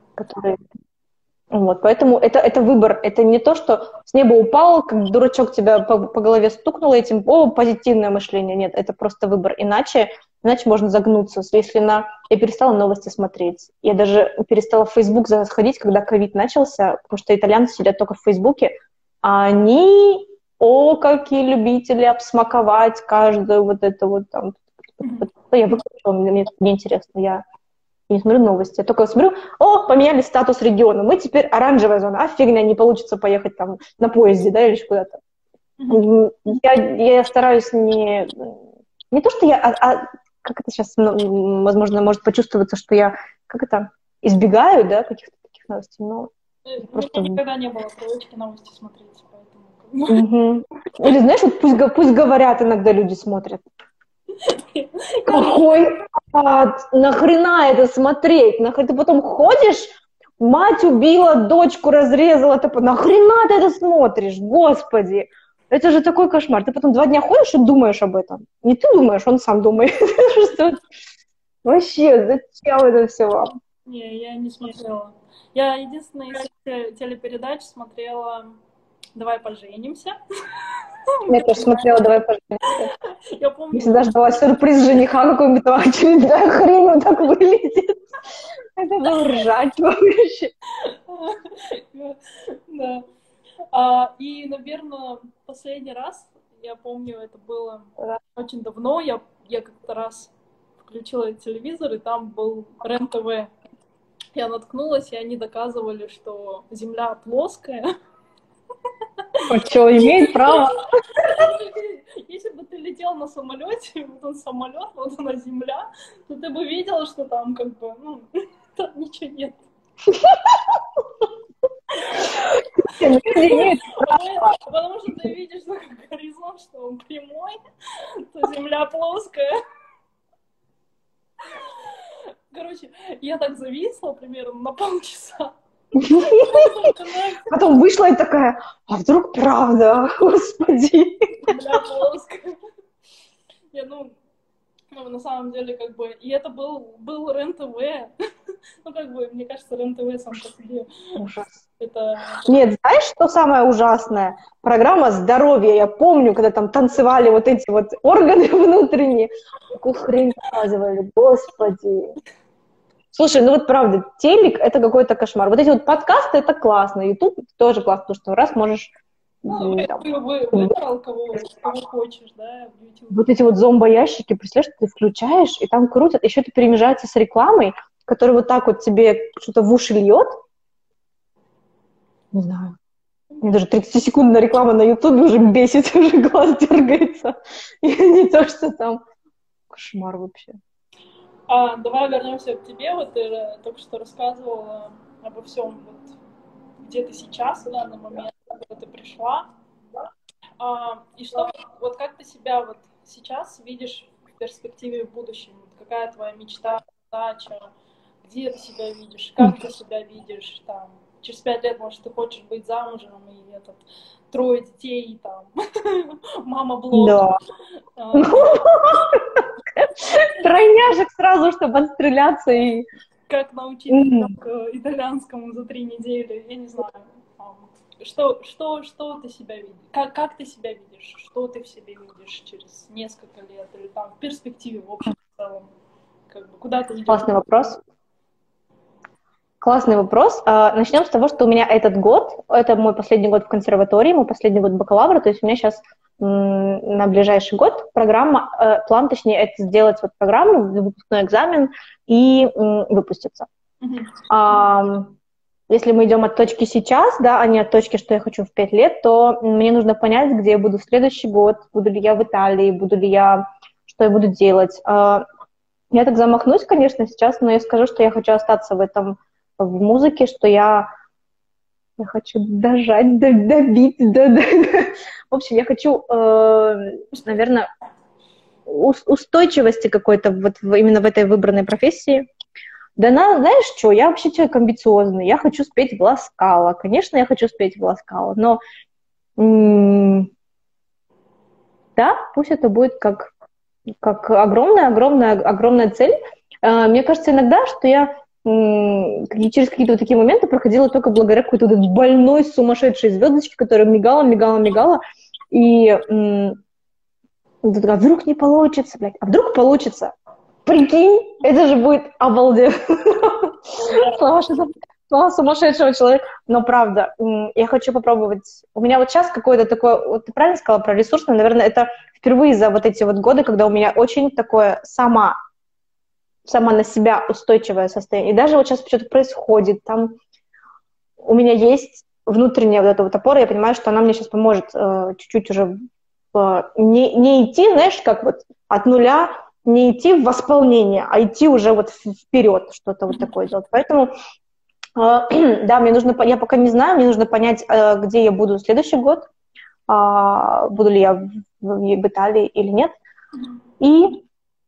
Вот, поэтому это выбор, это не то, что с неба упал, как дурачок тебя по голове стукнул этим, позитивное мышление, нет, это просто выбор, иначе можно загнуться. Если я перестала новости смотреть, я даже перестала в Facebook заходить, когда ковид начался, потому что итальянцы сидят только в Фейсбуке, а они о, какие любители обсмаковать каждую вот эту вот там. Я выключила, мне неинтересно, я не смотрю новости, я только смотрю, о, поменяли статус региона, мы теперь оранжевая зона, а фигня, не получится поехать там на поезде, да, или куда-то. Я стараюсь не то, что как это сейчас, возможно, может почувствоваться, что я, избегаю, да, каких-то таких новостей, но просто... Никогда не было привычки новости смотреть, поэтому... Или, знаешь, вот пусть говорят, иногда люди смотрят. Какой ад! Нахрена это смотреть? Ты потом ходишь, мать убила, дочку разрезала, нахрена ты это смотришь? Господи! Это же такой кошмар. Ты потом 2 дня ходишь и думаешь об этом. Не ты думаешь, он сам думает. Вообще, зачем это все вам? Не, я не смотрела. Я единственное из телепередач смотрела «Давай поженимся». Я тоже смотрела «Давай поженимся». Я помню... Я всегда ждала сюрприз жениха, какой-нибудь очередная хрень вот так вылезет. Это было ржать вообще. Да. И, наверное, последний раз, я помню, это было очень давно, я как-то раз включила телевизор, и там был РЕН-ТВ. Я наткнулась, и они доказывали, что Земля плоская. А что, имеет право? Если бы ты летел на самолете, вот он самолет, вот она Земля, то ты бы видела, что там как бы, там ничего нет. Потому что ты видишь горизонт, что он прямой, то Земля плоская. Короче, я так зависла примерно на полчаса. Потом вышла и такая, а вдруг правда, господи. Земля плоская. На самом деле, как бы, и это был РЕН-ТВ. Как бы, мне кажется, РЕН-ТВ сам по себе. Ужас. Это... Нет, знаешь, что самое ужасное? Программа «Здоровье». Я помню, когда там танцевали вот эти вот органы внутренние. Какую хрень показывали, господи. Слушай, вот правда, телек — это какой-то кошмар. Вот эти вот подкасты — это классно. YouTube тоже классно, потому что раз можешь... выбрал, кого хочешь, да, в YouTube. Вот эти вот зомбоящики, представляешь, ты включаешь, и там крутят, еще это перемежается с рекламой, которая вот так вот тебе что-то в уши льет. Не знаю. Мне даже 30-секундная реклама на YouTube уже бесит, уже глаз дергается. И не то, что там кошмар вообще. Давай вернемся к тебе. Вот ты только что рассказывала обо всем, вот, где ты сейчас, в данный момент, когда ты пришла. И что, вот как ты себя вот сейчас видишь в перспективе в будущем? Какая твоя мечта, задача? Где ты себя видишь? Как ты себя видишь? Там, через 5 лет, может, ты хочешь быть замужем, и 3 детей, там, мама-блог. Да. Тройняшек сразу, чтобы отстреляться и... Как научиться итальянскому за 3 недели, я не знаю. Что ты себя видишь? Как ты себя видишь? Что ты в себе видишь через несколько лет? Или там в перспективе, в общем, в целом? Как бы, куда ты идешь? Классный вопрос. Классный вопрос. Начнем с того, что у меня этот год, это мой последний год в консерватории, мой последний год бакалавра, то есть у меня сейчас на ближайший год программа, план, точнее, это сделать вот программу, выпускной экзамен и выпуститься. Если мы идем от точки сейчас, да, а не от точки, что я хочу в 5 лет, то мне нужно понять, где я буду в следующий год, буду ли я в Италии, что я буду делать. Я так замахнусь, конечно, сейчас, но я скажу, что я хочу остаться в музыке, что я хочу дожать, добить, В общем, я хочу, наверное, устойчивости какой-то вот именно в этой выбранной профессии. Да, знаешь что, я вообще человек амбициозный, я хочу спеть в Ла Скала. Конечно, я хочу спеть в Ла Скала, но да, пусть это будет как огромная цель. Мне кажется иногда, что я через какие-то вот такие моменты проходила только благодаря какой-то вот больной, сумасшедшей звездочке, которая мигала, и а вдруг не получится, блядь, а вдруг получится? Прикинь, это же будет обалденно. Сумасшедшего человека. Но правда, я хочу попробовать. У меня вот сейчас какое-то такое, вот ты правильно сказала про ресурсное, наверное, это впервые за вот эти вот годы, когда у меня очень такое сама на себя устойчивое состояние. И даже вот сейчас что-то происходит, там у меня есть внутренняя вот эта вот опора, я понимаю, что она мне сейчас поможет чуть-чуть уже не идти, знаешь, как вот от нуля, не идти в восполнение, а идти уже вот вперед, что-то вот такое делать. Поэтому, да, мне нужно, я пока не знаю, мне нужно понять, где я буду в следующий год, буду ли я в Италии или нет, и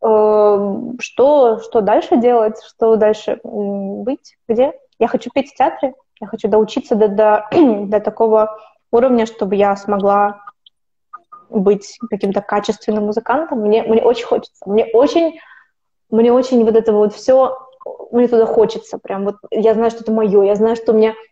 что дальше делать, что дальше быть, где. Я хочу петь в театре, я хочу доучиться до такого уровня, чтобы я смогла быть каким-то качественным музыкантом. Мне очень хочется. Мне очень вот это вот все, мне туда хочется. Прям вот я знаю, что это мое, я знаю, что у меня,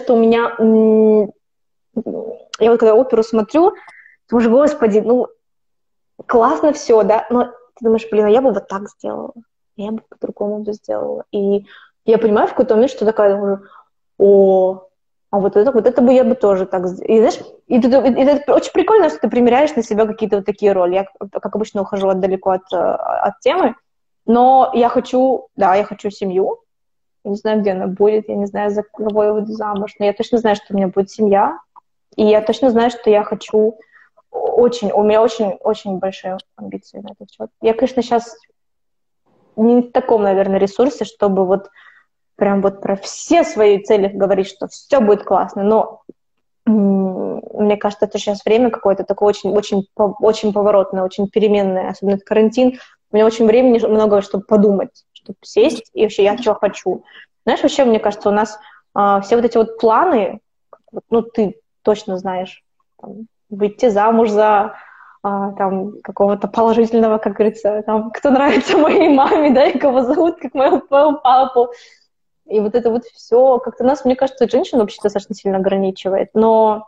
я вот когда оперу смотрю, думаю, господи, ну, классно все, да, но ты думаешь, блин, а я бы вот так сделала, я бы по-другому бы сделала. И я понимаю в какой-то момент, что такая, думаю, а вот это бы я бы тоже так сделала. И знаешь, и это очень прикольно, что ты примеряешь на себя какие-то вот такие роли. Я, как обычно, ухожу далеко от темы, но я хочу семью. Я не знаю, где она будет, я не знаю, за кого я выйду замуж, но я точно знаю, что у меня будет семья, и я точно знаю, что я хочу у меня очень большие амбиции на этот счет. Я, конечно, сейчас не в таком, наверное, ресурсе, чтобы вот прям вот про все свои цели говорить, что все будет классно, но мне кажется, это сейчас время какое-то такое очень поворотное, очень переменное, особенно в карантин. У меня очень времени много, чтобы подумать, чтобы сесть, и вообще я что хочу. Знаешь, вообще, мне кажется, у нас все вот эти вот планы, ну, ты точно знаешь, там, выйти замуж за там, какого-то положительного, как говорится, там, кто нравится моей маме, да, и кого зовут, как моего папу. И вот это вот все, как-то нас, мне кажется, женщин вообще достаточно сильно ограничивает, но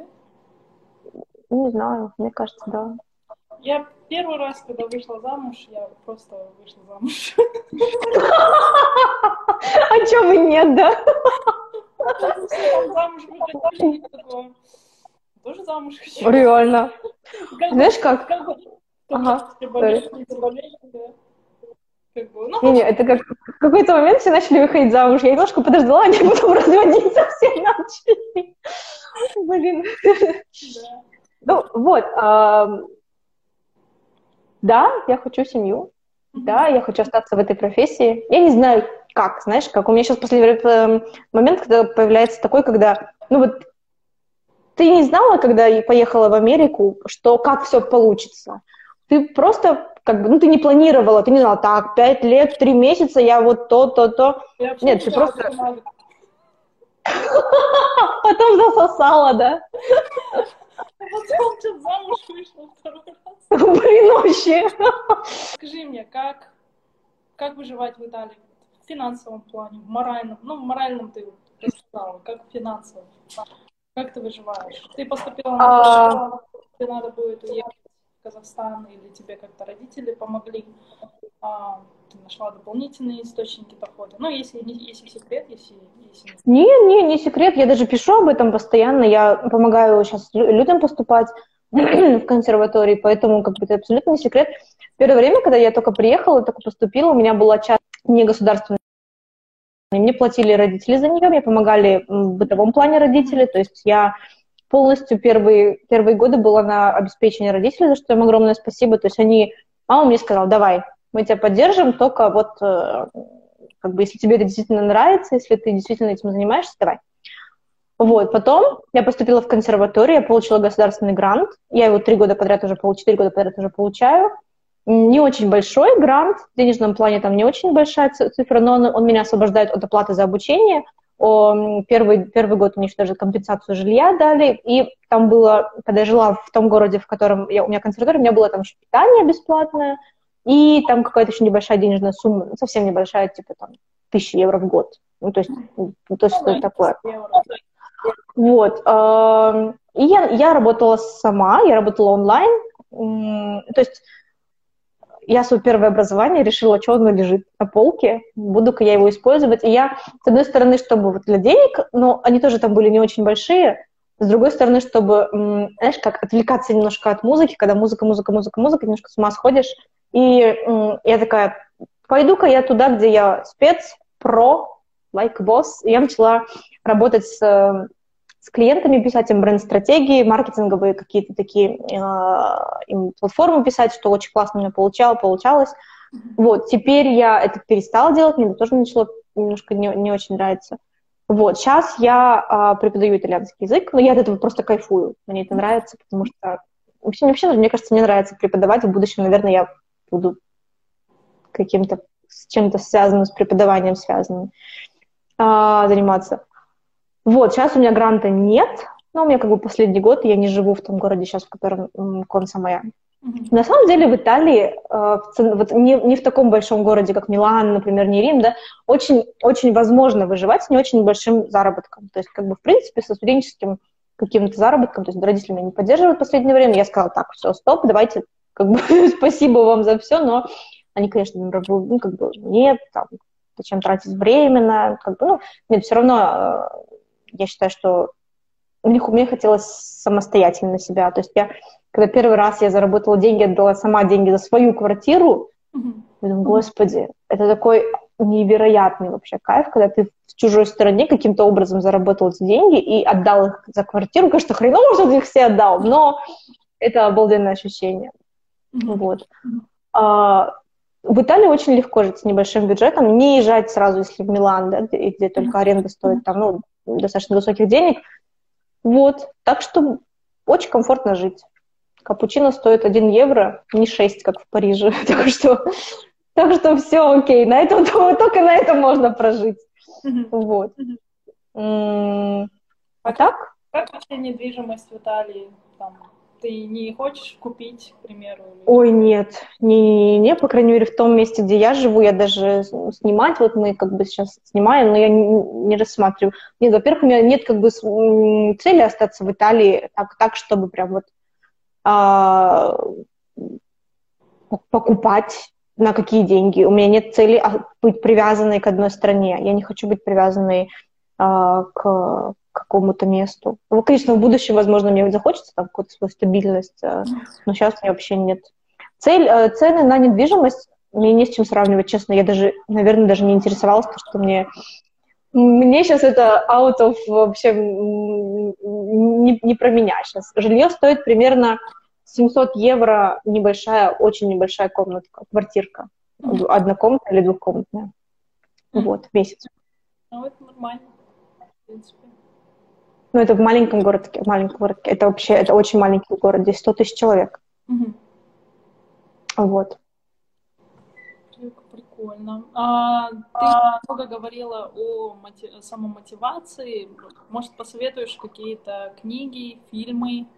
не знаю, мне кажется, да. Я первый раз, когда вышла замуж, я просто вышла замуж. А чё бы нет, да? Замуж выходить такое. Тоже замуж хочу. Реально. Знаешь как? Ага. Не, это как в какой-то момент все начали выходить замуж. Я немножко подождала, они потом разводиться все начали. Блин. Ну, вот. Да, я хочу семью. Да, я хочу остаться в этой профессии. Я не знаю, как, знаешь, как. У меня сейчас последний момент, когда появляется такой, когда, ну вот, ты не знала, когда я поехала в Америку, что как все получится. Ты просто, как бы, ну, ты не планировала, ты не знала, так, 5 лет, 3 месяца, я вот то. Нет, ты просто... Потом засосала, да? Потом что замуж вышла второй раз. Блин, вообще. Скажи мне, как выживать в Италии? В финансовом плане, в моральном. Ну, в моральном ты рассказала, как финансово. Как ты выживаешь? Ты поступила на тебе надо будет уехать в Казахстан, или тебе как-то родители помогли? Ты нашла дополнительные источники дохода? Ну, если секрет, если... Не секрет. Я даже пишу об этом постоянно. Я помогаю сейчас людям поступать в консерватории, поэтому как бы это абсолютно не секрет. В первое время, когда я только приехала, только поступила, у меня была часть негосударственная. Мне платили родители за нее, мне помогали в бытовом плане родители, то есть я полностью первые годы была на обеспечении родителей, за что им огромное спасибо. То есть мама мне сказала, давай, мы тебя поддержим, только вот как бы если тебе это действительно нравится, если ты действительно этим занимаешься, давай. Вот, потом я поступила в консерваторию, я получила государственный грант, я его 4 года подряд уже получаю. Не очень большой грант, в денежном плане там не очень большая цифра, но он меня освобождает от оплаты за обучение. Первый год мне еще даже компенсацию жилья дали, и там было, когда я жила в том городе, в котором у меня консерватория, у меня было там еще питание бесплатное, и там какая-то еще небольшая денежная сумма, совсем небольшая, типа там 1000 евро в год. Ну, то есть что-то такое. Вот. И я работала сама, я работала онлайн, то есть я свое первое образование решила, что оно лежит на полке, буду-ка я его использовать. И я, с одной стороны, чтобы вот для денег, но они тоже там были не очень большие, с другой стороны, чтобы, знаешь, как отвлекаться немножко от музыки, когда музыка, немножко с ума сходишь. И я такая, пойду-ка я туда, где я спец, про, like boss. И я начала работать с клиентами, писать им бренд-стратегии, маркетинговые какие-то такие им платформы писать, что очень классно у меня получалось. Вот, теперь я это перестала делать, мне тоже начало немножко не очень нравиться. Вот, сейчас я преподаю итальянский язык, но я от этого просто кайфую, мне это нравится, потому что вообще, мне кажется, мне нравится преподавать, в будущем, наверное, я буду каким-то, с чем-то связанным, с преподаванием связанным заниматься. Вот, сейчас у меня гранта нет, но у меня как бы последний год, я не живу в том городе сейчас, в котором конца моя. На самом деле в Италии, вот не в таком большом городе, как Милан, например, не Рим, да, очень, очень возможно выживать с не очень большим заработком. То есть, как бы, в принципе, со студенческим каким-то заработком, то есть родители меня не поддерживают в последнее время, я сказала, так, все, стоп, давайте, как бы, спасибо вам за все, но они, конечно, ну, как бы, нет, там, зачем тратить время, как бы, ну, нет, все равно я считаю, что мне хотелось самостоятельно себя, то есть когда первый раз я заработала деньги, отдала сама деньги за свою квартиру, я думаю, господи, это такой невероятный вообще кайф, когда ты в чужой стране каким-то образом заработал эти деньги и отдал их за квартиру. Конечно, хреново, что ты их все отдал, но это обалденное ощущение. Вот. В Италии очень легко жить с небольшим бюджетом, не езжать сразу, если в Милан, да, где только аренда стоит там, ну, достаточно высоких денег. Вот. Так что очень комфортно жить. Капучино стоит 1 евро, не 6, как в Париже. Так что все окей. Только на этом можно прожить. Вот. А так? Как вообще недвижимость в Италии? Там, ты не хочешь купить, к примеру? Ой, нет. Не, по крайней мере, в том месте, где я живу, я даже снимать, вот мы как бы сейчас снимаем, но я не рассматриваю. Нет, во-первых, у меня нет как бы цели остаться в Италии так, чтобы прям вот покупать на какие деньги. У меня нет цели быть привязанной к одной стране. Я не хочу быть привязанной к какому-то месту. Ну, конечно, в будущем, возможно, мне захочется там какую-то свою стабильность, но сейчас у меня вообще нет. Цены на недвижимость мне не с чем сравнивать, честно. Я даже, наверное, даже не интересовалась, потому что мне сейчас это out of вообще не про меня сейчас. Жилье стоит примерно 700 евро, очень небольшая комнатка, квартирка. Однокомнатная или двухкомнатная. Вот, в месяц. Ну, это нормально, в принципе. Ну, это в маленьком городке. Это очень маленький город, здесь 100 тысяч человек. Вот. Прикольно. Ты много говорила о самомотивации. Может, посоветуешь какие-то книги, фильмы?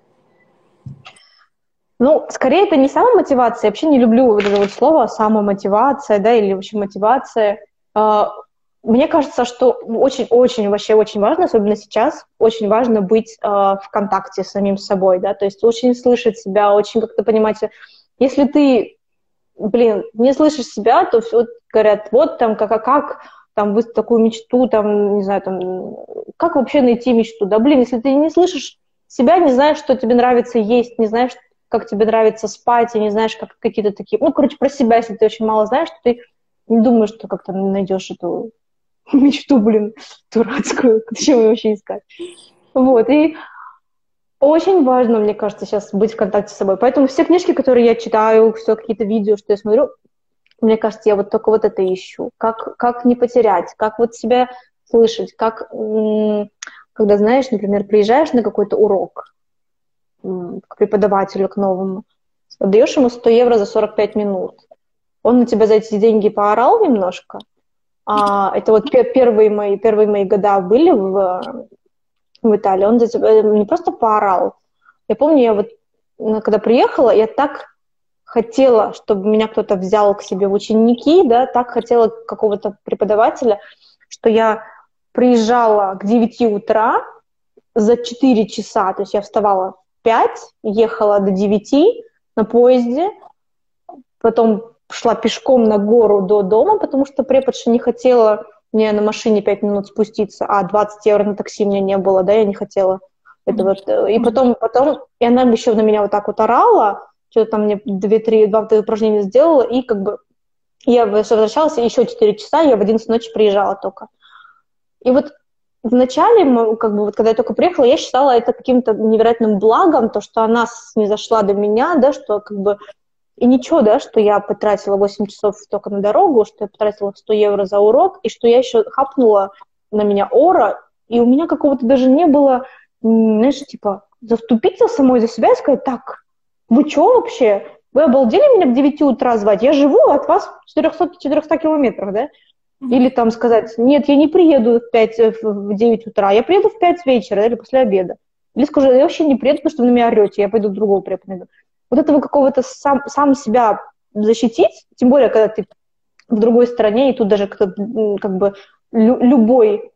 Ну, скорее, это не самомотивация. Я вообще не люблю вот это вот слово самомотивация, да, или вообще мотивация. Мне кажется, что очень-очень вообще очень важно, особенно сейчас, очень важно быть в контакте с самим собой, да, то есть очень слышать себя, очень как-то понимать, если ты, не слышишь себя, то все говорят, вот там как там вы такую мечту, там, не знаю, там, как вообще найти мечту, да, если ты не слышишь себя, не знаешь, что тебе нравится есть, не знаешь, как тебе нравится спать, и не знаешь, как какие-то такие, про себя, если ты очень мало знаешь, то ты не думаешь, что как-то найдешь эту мечту, дурацкую, зачем ее вообще искать. Вот, и очень важно, мне кажется, сейчас быть в контакте с собой. Поэтому все книжки, которые я читаю, все какие-то видео, что я смотрю, мне кажется, я вот только вот это ищу. Как не потерять, как вот себя слышать, когда, знаешь, например, приезжаешь на какой-то урок к преподавателю, к новому, отдаешь ему 100 евро за 45 минут. Он на тебя за эти деньги поорал немножко. Это вот первые мои года были в Италии. Он за тебя не просто поорал. Я помню, я вот, когда приехала, я так хотела, чтобы меня кто-то взял к себе в ученики, да, так хотела какого-то преподавателя, что я приезжала к 9 утра за 4 часа, то есть я вставала в 5, ехала до 9 на поезде, потом шла пешком на гору до дома, потому что преподша не хотела мне на машине 5 минут спуститься, а 20 евро на такси у меня не было, да, я не хотела. Это вот, и потом, и она еще на меня вот так вот орала, что-то там мне 2-3 упражнения сделала, и как бы я возвращалась, и еще 4 часа, я в 11 ночи приезжала только. И вот вначале, как бы, вот, когда я только приехала, я считала это каким-то невероятным благом, то, что она снизошла до меня, да, что как бы, и ничего, да, что я потратила 8 часов только на дорогу, что я потратила 100 евро за урок, и что я еще хапнула на меня ора, и у меня какого-то даже не было, знаешь, типа, заступиться самой за себя и сказать, так, вы что вообще? Вы обалдели меня в 9 утра звать? Я живу от вас в 400 километрах, да? Или там сказать, нет, я не приеду в 9 утра, я приеду в 5 вечера, да, или после обеда. Или скажу, я вообще не приеду, потому что вы на меня орете, я пойду другого препода. Вот этого какого-то сам себя защитить, тем более, когда ты в другой стране, и тут даже как бы любой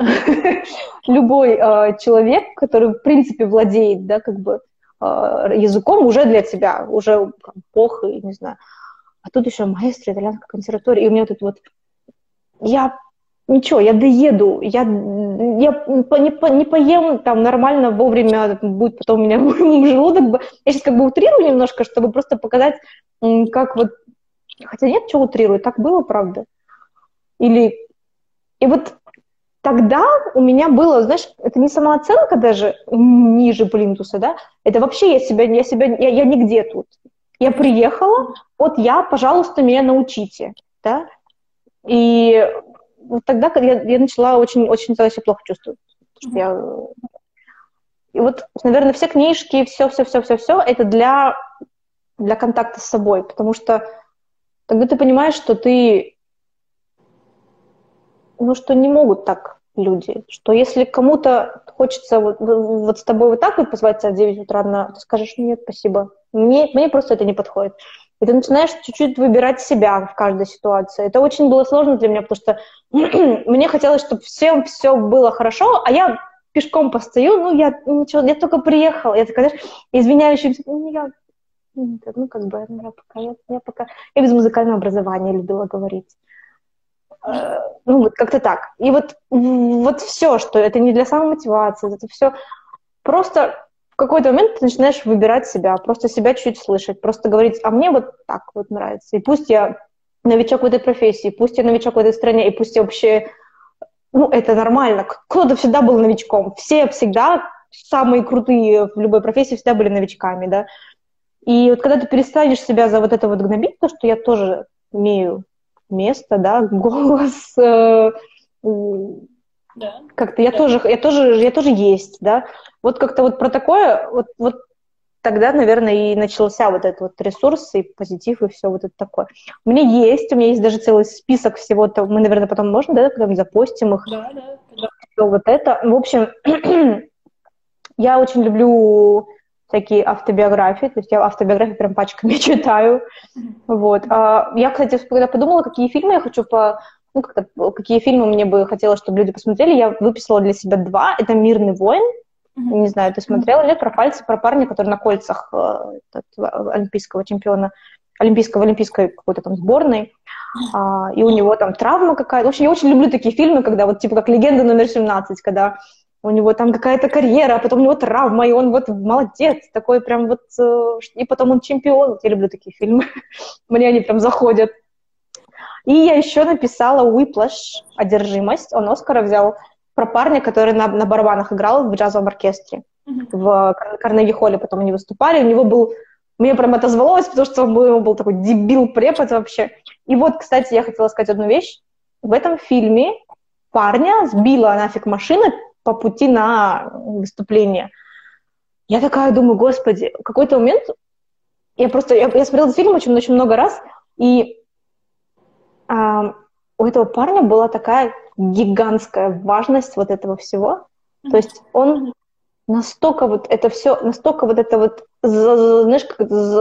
человек, который в принципе владеет, да, как бы языком, уже для тебя, уже бог, и не знаю. А тут еще маэстро, итальянская консерватория, и у меня тут вот я доеду, я не поем там нормально вовремя, будет потом у меня желудок. Я сейчас как бы утрирую немножко, чтобы просто показать, как вот... Хотя нет, что утрирую, так было, правда. И вот тогда у меня было, знаешь, это не самооценка даже ниже плинтуса, да, это вообще я нигде тут. Я приехала, вот пожалуйста, меня научите, да. И вот тогда я начала очень себя плохо чувствовать. И вот, наверное, все книжки, все это для контакта с собой, потому что тогда ты понимаешь, что что не могут так люди, что если кому-то хочется вот с тобой вот так вот позвать тебя в 9 утра, ты скажешь, нет, спасибо, мне просто это не подходит. И ты начинаешь чуть-чуть выбирать себя в каждой ситуации. Это очень было сложно для меня, потому что мне хотелось, чтобы всем все было хорошо, а я пешком постою, я только приехала. Я такая, знаешь, извиняющимся, я пока... Я без музыкального образования любила говорить. Вот как-то так. И вот все, что это не для самомотивации, это все просто... В какой-то момент ты начинаешь выбирать себя, просто себя чуть слышать, просто говорить, а мне вот так вот нравится. И пусть я новичок в этой профессии, пусть я новичок в этой стране, и пусть я вообще... это нормально. Кто-то всегда был новичком. Все всегда, самые крутые в любой профессии, всегда были новичками, да. И вот когда ты перестанешь себя за вот это вот гнобить, то, что я тоже имею место, да, голос... Да. Как-то я тоже есть, да. Вот как-то вот про такое, вот тогда, наверное, и начался вот этот вот ресурс и позитив, и все вот это такое. У меня есть даже целый список всего-то, мы, наверное, потом можно, да, когда-нибудь запостим их. Да. Все вот это. В общем, я очень люблю всякие автобиографии, то есть я автобиографии прям пачками читаю. Вот. Я, кстати, когда подумала, какие фильмы я хочу какие фильмы мне бы хотелось, чтобы люди посмотрели, я выписала для себя 2. Это «Мирный воин». Не знаю, ты смотрела, нет? Про парня, который на кольцах олимпийского чемпиона, олимпийской какой-то там сборной, и у него там травма какая-то. В общем, я очень люблю такие фильмы, когда вот типа как «Легенда номер 17», когда у него там какая-то карьера, а потом у него травма, и он вот молодец, такой прям вот, и потом он чемпион. Я люблю такие фильмы, мне они прям заходят. И я еще написала «Whiplash», «Одержимость». Он Оскара взял, про парня, который на барабанах играл в джазовом оркестре. В Карнеги-холле потом они выступали. У него был... Мне прям отозвалось, потому что он был такой дебил-препод вообще. И вот, кстати, я хотела сказать одну вещь. В этом фильме парня сбила нафиг машина по пути на выступление. Я такая думаю, господи, в какой-то момент... Я смотрела этот фильм очень много раз, и... у этого парня была такая гигантская важность вот этого всего. То есть он настолько вот это все, знаешь,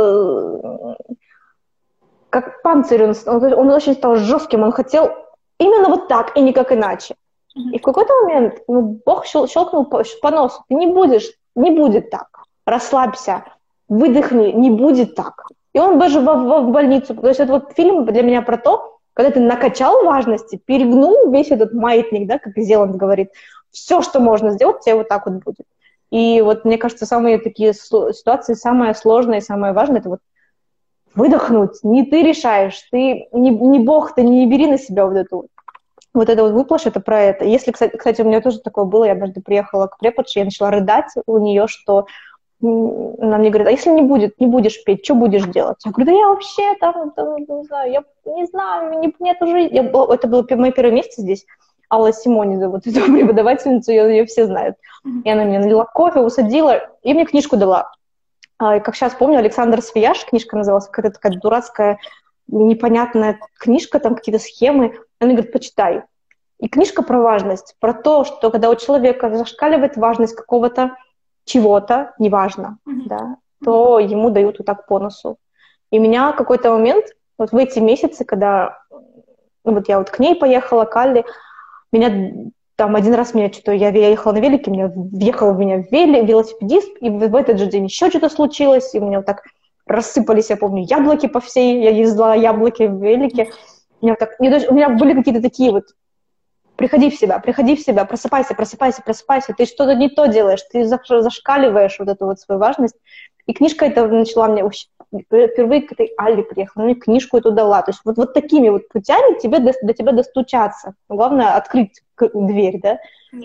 как панцирь, он очень стал жестким, он хотел именно вот так и никак иначе. И в какой-то момент Бог щелкнул по носу, ты не будет так, расслабься, выдохни, не будет так. и он даже в больницу. То есть это вот фильм для меня про то, когда ты накачал важности, перегнул весь этот маятник, да, как Зеланд говорит, все, что можно сделать, тебе вот так вот будет. И вот, мне кажется, самые такие ситуации, самое сложное и самое важное, это вот выдохнуть. Не ты решаешь, ты не Бог, ты не бери на себя вот это вот выплашь, это про это. Если, кстати, у меня тоже такое было, я однажды приехала к преподше, я начала рыдать у нее, что она мне говорит, а если не будешь петь, что будешь делать? Я говорю, да я вообще там не знаю, я не знаю, нет уже... Это было мои первые месяцы здесь. Алла Симони зовут эту преподавательницу, ее все знают. И она мне налила кофе, усадила, и мне книжку дала. И как сейчас помню, Александр Свияж, книжка называлась, какая-то такая дурацкая, непонятная книжка, там какие-то схемы. Она мне говорит, почитай. И книжка про важность, про то, что когда у человека зашкаливает важность какого-то чего-то, неважно, да, то ему дают вот так по носу. И меня в какой-то момент, вот в эти месяцы, когда вот я вот к ней поехала, к Алле, меня там один раз меня что-то, я ехала на велике, въехал в меня велосипедист, и в этот же день еще что-то случилось, и у меня вот так рассыпались, я помню, яблоки по всей, я ездила яблоки в велике, у меня были какие-то такие вот, приходи в себя, просыпайся, ты что-то не то делаешь, ты зашкаливаешь вот эту вот свою важность. И книжка эта начала мне, впервые к этой Алле приехала, мне книжку эту дала. То есть вот такими вот путями до тебя достучаться. Главное открыть дверь, да?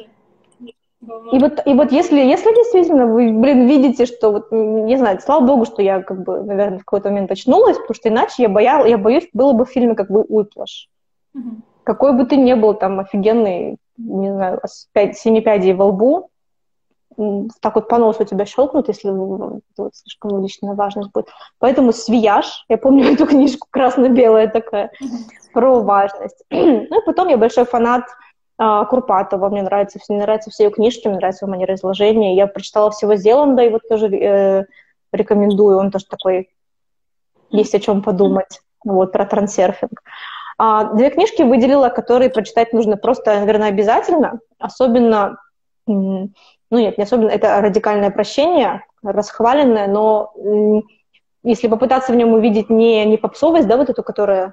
И вот если действительно вы, видите, что вот, не знаю, слава богу, что я, как бы, наверное, в какой-то момент очнулась, потому что иначе я боюсь, было бы в фильме как бы «Уиплаш». Какой бы ты ни был там офигенный, не знаю, с 7 пядей во лбу, так вот по носу тебя щелкнут, если вот, слишком личная важность будет. Поэтому «Свияж», я помню эту книжку, красно-белая такая, про важность. Ну и потом я большой фанат Курпатова, мне нравятся все ее книжки, мне нравится его манера изложения. Я прочитала всего Зеланда, и вот тоже рекомендую, он тоже такой, есть о чем подумать, вот, про трансерфинг. 2 книжки выделила, которые прочитать нужно просто, наверное, обязательно. Особенно, ну нет, не особенно, это «Радикальное прощение», расхваленное, но если попытаться в нем увидеть не попсовость, да, вот эту, которая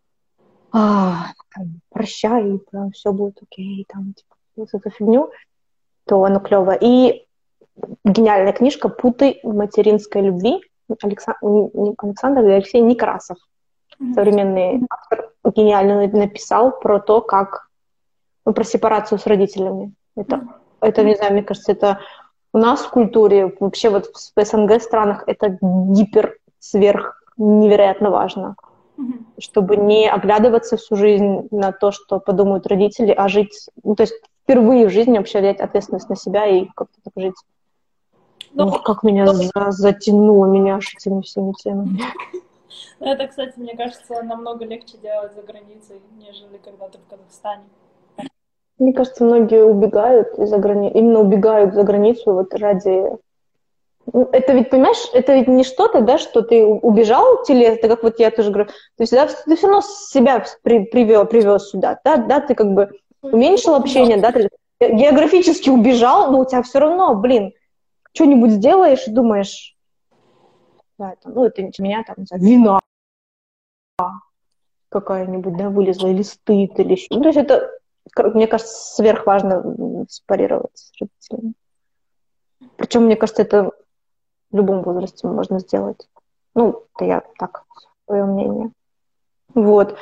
прощай, да, все будет окей, там, типа, вот эту фигню, то оно клево. И гениальная книжка «Путы в материнской любви» Александр или Алексей Некрасов. Современный автор гениально написал про то, как, про сепарацию с родителями. Это, не знаю, мне кажется, это у нас в культуре, вообще вот в СНГ странах это сверх невероятно важно. Чтобы не оглядываться всю жизнь на то, что подумают родители, а жить, ну, то есть впервые в жизни вообще взять ответственность на себя и как-то так жить. Ох, как меня затянуло меня этими всеми темами. Это, кстати, мне кажется, намного легче делать за границей, нежели когда ты в Казахстане. Мне кажется, многие убегают именно убегают за границу вот ради... Ну, это ведь, понимаешь, это ведь не что-то, да, что ты убежал это как вот я тоже говорю, то есть да, ты все равно себя привез сюда, да, ты как бы уменьшил общение, да, ты географически убежал, но у тебя все равно, блин, что-нибудь сделаешь и думаешь, да, там, ну, это у меня там, не знаю, вина какая-нибудь, да, вылезла, или стыд, или еще. Ну, то есть это, мне кажется, сверхважно сепарироваться с родителями. Причем, мне кажется, это в любом возрасте можно сделать. Ну, это я так, свое мнение. Вот.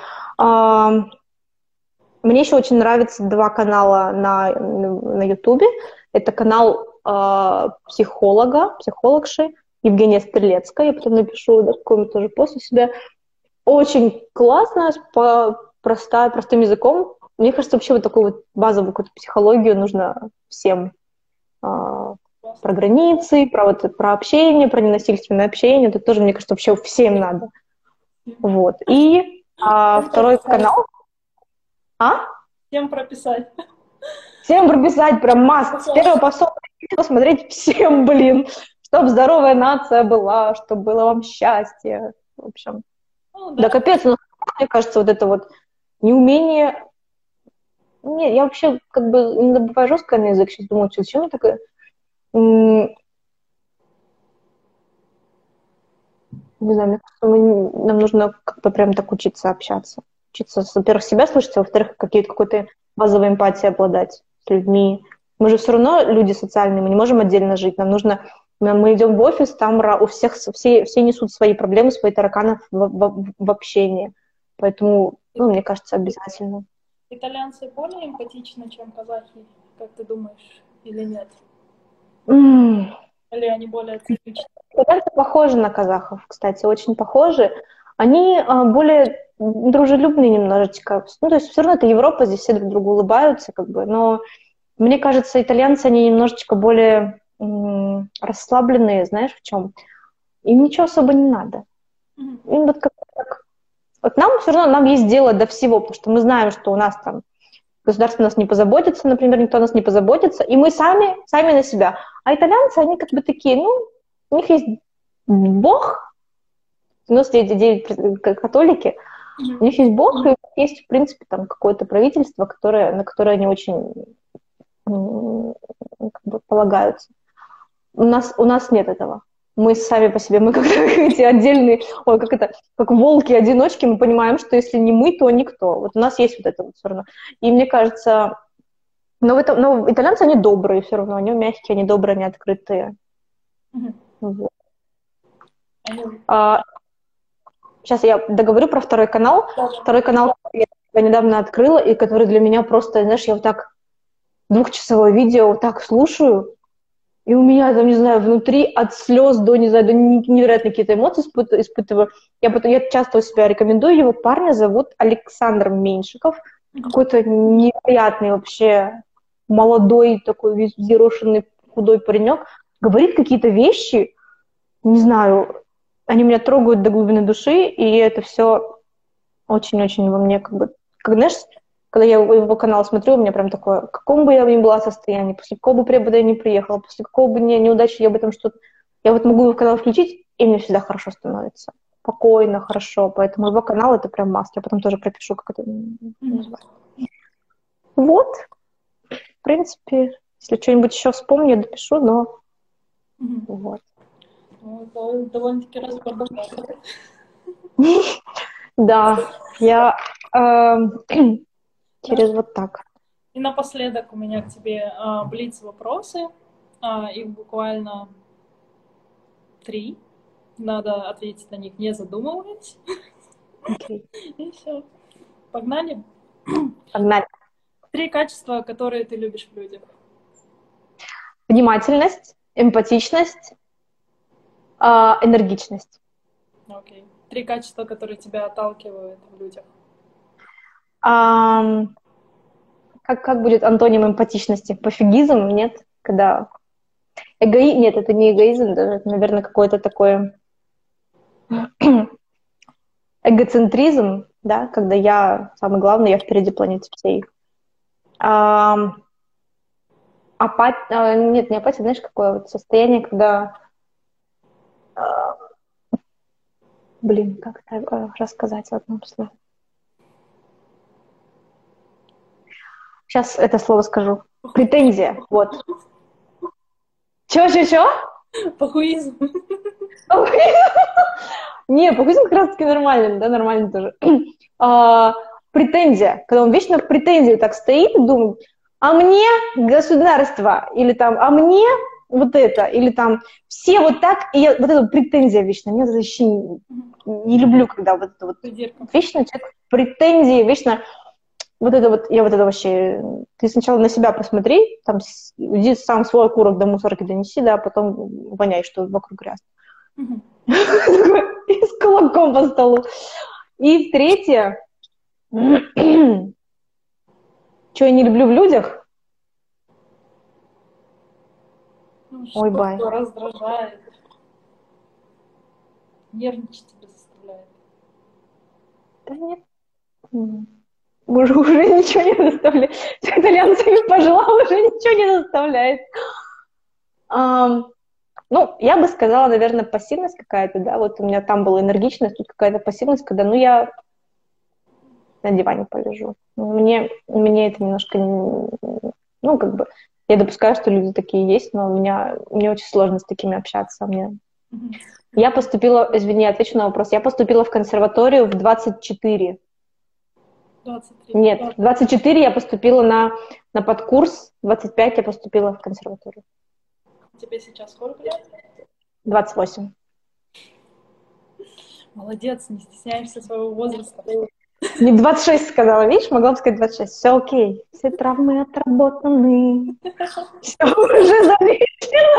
Мне еще очень нравятся 2 канала на Ютубе. Это канал психологши Евгения Стрелецкая. Я потом напишу какой-нибудь тоже пост у себя. Очень классно, простым языком. Мне кажется, вообще вот такую вот базовую какую-то психологию нужно всем. Про границы, про общение, про ненасильственное общение. Это тоже, мне кажется, вообще всем надо. Вот. И второй канал... Всем прописать. Всем прописать, прям масс. С 1 по 100 посмотреть всем, блин. Чтоб здоровая нация была, чтоб было вам счастье. В общем. Да капец, но мне кажется, вот это вот неумение... Нет, я вообще как бы иногда бываю жесткая на язык, сейчас думаю, зачем я такая... Не знаю, мне кажется, нам нужно как-то прям так учиться общаться. Учиться, во-первых, себя слышать, а во-вторых, какой-то базовой эмпатией обладать с людьми. Мы же все равно люди социальные, мы не можем отдельно жить. Мы идем в офис, там у всех все несут свои проблемы, свои тараканы в общении. Поэтому, мне кажется, обязательно. Итальянцы более эмпатичны, чем казахи, как ты думаешь, или нет? Или они более циничны? Итальянцы похожи на казахов, кстати, очень похожи. Они более дружелюбные немножечко. Ну, то есть все равно это Европа, здесь все друг другу улыбаются, как бы. Но мне кажется, итальянцы, они немножечко более расслабленные, знаешь, в чем? Им ничего особо не надо. Им вот как-то так. Вот нам все равно, нам есть дело до всего, потому что мы знаем, что у нас там государство нас не позаботится, например, никто о нас не позаботится, и мы сами на себя. А итальянцы, они как бы такие, у них есть Бог, 99% католики, у них есть Бог, и есть, в принципе, там какое-то правительство, на которое они очень как бы полагаются. У нас нет этого. Мы сами по себе, мы как эти отдельные, как волки-одиночки, мы понимаем, что если не мы, то никто. Вот у нас есть вот это вот все равно. И мне кажется, но итальянцы, они добрые все равно, они мягкие, они добрые, они открытые. Вот. Сейчас я договорю про второй канал. Второй канал я недавно открыла, и который для меня просто, знаешь, я вот так 2-часовое видео вот так слушаю, и у меня там, не знаю, внутри от слез до, не знаю, до невероятные какие-то эмоции испытываю. Я часто у себя рекомендую его. Парня зовут Александр Меньшиков. Какой-то невероятный вообще молодой такой взъерошенный худой паренек. Говорит какие-то вещи, не знаю, они меня трогают до глубины души, и это все очень-очень во мне знаешь, когда я его канал смотрю, у меня прям такое, в каком бы я ни была состоянии, после какого бы препода я не приехала, после какого бы неудачи я об этом что-то... Я вот могу его канал включить, и мне всегда хорошо становится. Спокойно, хорошо. Поэтому его канал — это прям маст. Я потом тоже пропишу, как это называется. Вот. В принципе, если что-нибудь еще вспомню, я допишу, но... Вот. Это довольно-таки разбор. Да, я... Через вот так. И напоследок у меня к тебе блиц-вопросы. Их буквально 3. Надо ответить на них, не задумываясь. Okay. И все. Погнали? Погнали. 3 качества, которые ты любишь в людях. Внимательность, эмпатичность, энергичность. Окей. 3 качества, которые тебя отталкивают в людях. Как будет антоним эмпатичности? Пофигизм? Нет? Когда... Нет, это не эгоизм, даже, это, наверное, какой-то такой эгоцентризм, да, когда я самый главный, я впереди планеты всей. Нет, не апатия, знаешь, какое вот состояние, когда... как это рассказать в одном слове? Сейчас это слово скажу. Претензия, вот. Чё? Похуизм. Не, похуизм как раз-таки нормально, да, нормально тоже. Претензия, когда он вечно в претензии так стоит и думает, а мне государство, или там, а мне вот это, или там, все вот так, и вот эта претензия вечно, я вообще не люблю, когда вот это вот вечно человек в претензии, вечно вот это вот, я вот это вообще, ты сначала на себя посмотри, там, иди сам свой окурок до мусорки донеси, да, а потом воняй, что вокруг грязно. И с кулаком по столу. И третье, что я не люблю в людях? Ой, бай. Что раздражает, нервничать тебя заставляет. Да нет. Уже ничего не заставляет. С итальянцами пожила, уже ничего не заставляет. Я бы сказала, наверное, пассивность какая-то, да, вот у меня там была энергичность, тут какая-то пассивность, когда, я на диване полежу. Мне это немножко, я допускаю, что люди такие есть, но мне очень сложно с такими общаться. Я поступила, извини, отвечу на вопрос, я поступила в консерваторию в 24. 23. Нет, в 24 я поступила на подкурс, в 25 я поступила в консерваторию. Тебе сейчас сколько лет? 28. Молодец, не стесняешься своего возраста. Не 26 сказала, видишь, могла бы сказать 26. Все окей, все травмы отработаны. Все уже замечено.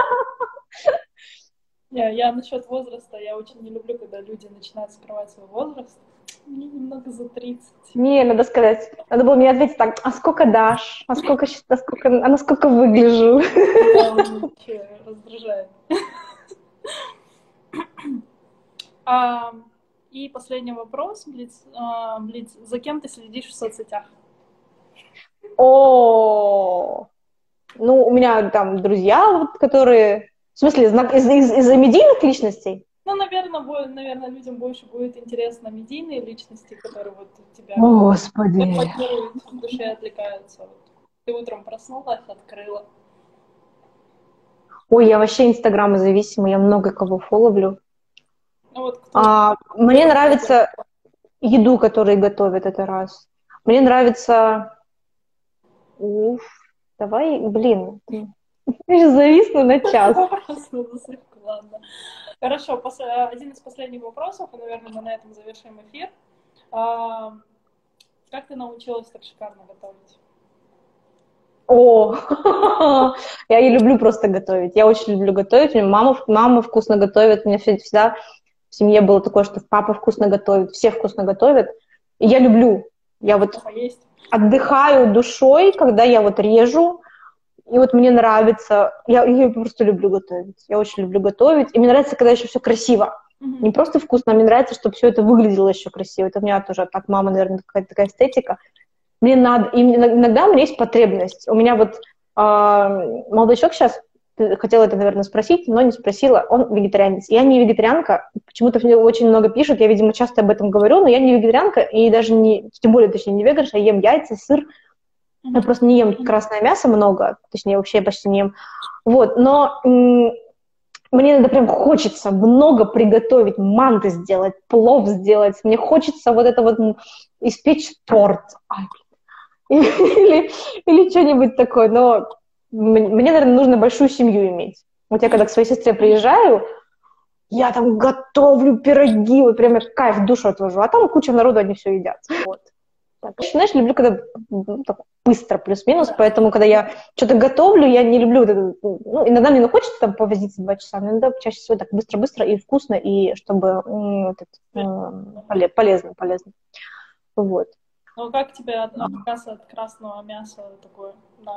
Я насчет возраста, я очень не люблю, когда люди начинают скрывать свой возраст. Мне немного за 30. Не, надо сказать, надо было мне ответить так, а сколько дашь, а насколько выгляжу. Да, он вообще раздражает. И последний вопрос, Блиц. За кем ты следишь в соцсетях? Ну, у меня там друзья, которые... В смысле, из-за медийных личностей? Ну, наверное, людям больше будет интересно медийные личности, которые вот тебя Господи. поддерживают, в душе отвлекаются. Вот. Ты утром проснулась, открыла. Ой, я вообще инстаграмозависимый, я много кого фоловлю. Ну, вот мне нравится еду, которую готовят, это раз. Мне нравится... давай, блин, я же зависну на час. Ладно. Хорошо, один из последних вопросов, и, наверное, мы на этом завершим эфир. Как ты научилась так шикарно готовить? Я и люблю просто готовить. Я очень люблю готовить. У меня мама вкусно готовит. У меня всегда в семье было такое, что папа вкусно готовит, все вкусно готовят. И я люблю. Я вот отдыхаю душой, когда я вот режу. И вот мне нравится, я просто люблю готовить. Я очень люблю готовить. И мне нравится, когда еще все красиво. Не просто вкусно, а мне нравится, чтобы все это выглядело еще красиво. Это у меня тоже так, мама, наверное, какая-то такая эстетика. Мне надо, и иногда у меня есть потребность. У меня вот молодой человек сейчас, хотела это, наверное, спросить, но не спросила, он вегетарианец. Я не вегетарианка, почему-то мне очень много пишут, я, видимо, часто об этом говорю, но я не вегетарианка, и даже не, тем более, точнее, не веганша, я ем яйца, сыр. Я просто не ем красное мясо много, точнее, вообще почти не ем. Вот, но мне иногда прям хочется много приготовить, манты сделать, плов сделать. Мне хочется вот это вот испечь торт. Или что-нибудь такое. Но мне, наверное, нужно большую семью иметь. Вот я когда к своей сестре приезжаю, я там готовлю пироги, вот прям я кайф в душу отвожу. А там куча народу, они все едят. Вот. Так. Знаешь, люблю, когда так быстро, плюс-минус, поэтому, когда я что-то готовлю, я не люблю, иногда мне хочется там повозиться 2 часа, но иногда чаще всего так быстро-быстро и вкусно, и чтобы полезно. Вот. Ну, как тебе отказ от красного мяса такое?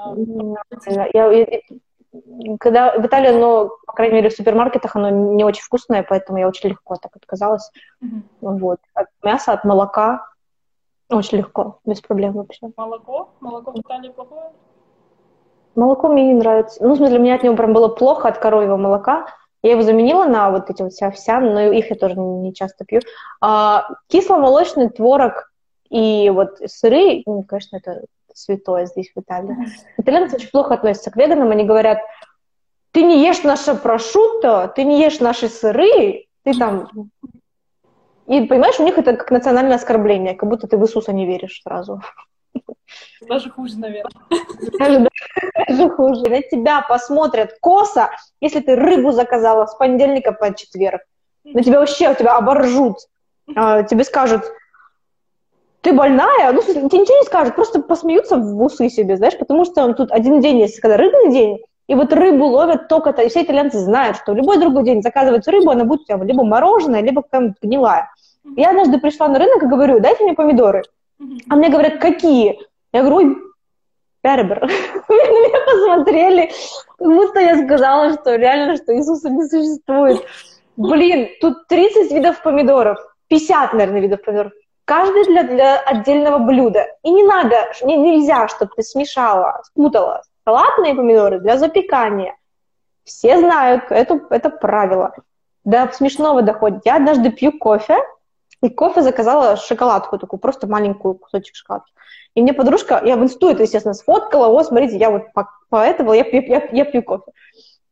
Когда в Италии, по крайней мере, в супермаркетах оно не очень вкусное, поэтому я очень легко так отказалась. Вот. От мяса, от молока очень легко, без проблем вообще. Молоко? Молоко в Италии плохое? Молоко мне не нравится. Ну, в смысле, мне от него прям было плохо, от коровьего молока. Я его заменила на вот эти вот все овсяные, но их я тоже не часто пью. Кисломолочный творог и вот сыры, конечно, это святое здесь, в Италии. Итальянцы очень плохо относятся к веганам, они говорят, ты не ешь наше прошутто, ты не ешь наши сыры, ты там... И, понимаешь, у них это как национальное оскорбление, как будто ты в Иисуса не веришь сразу. Даже хуже, наверное. Даже хуже. На тебя посмотрят косо, если ты рыбу заказала с понедельника по четверг. На тебя тебя оборжут. Тебе скажут, ты больная? Ну, тебе ничего не скажут, просто посмеются в усы себе, знаешь, потому что тут один день есть, когда рыбный день, и вот рыбу ловят только-то, и все итальянцы знают, что в любой другой день заказывать рыбу, она будет у тебя либо мороженая, либо там гнилая. Я однажды пришла на рынок и говорю, дайте мне помидоры. А мне говорят, какие? Я говорю, ой, перебер. На меня посмотрели, как будто я сказала, что реально, что Иисуса не существует. Блин, тут 30 видов помидоров, 50, наверное, видов помидоров. Каждый для отдельного блюда. И не надо, нельзя, чтобы ты смешала, спутала салатные помидоры для запекания. Все знают, это правило. До смешного доходит. Я однажды пью кофе, и кофе заказала шоколадку такую, просто маленькую кусочек шоколадки. И мне подружка, я в инсту это, естественно, сфоткала, вот, смотрите, я вот поэтому я пью кофе.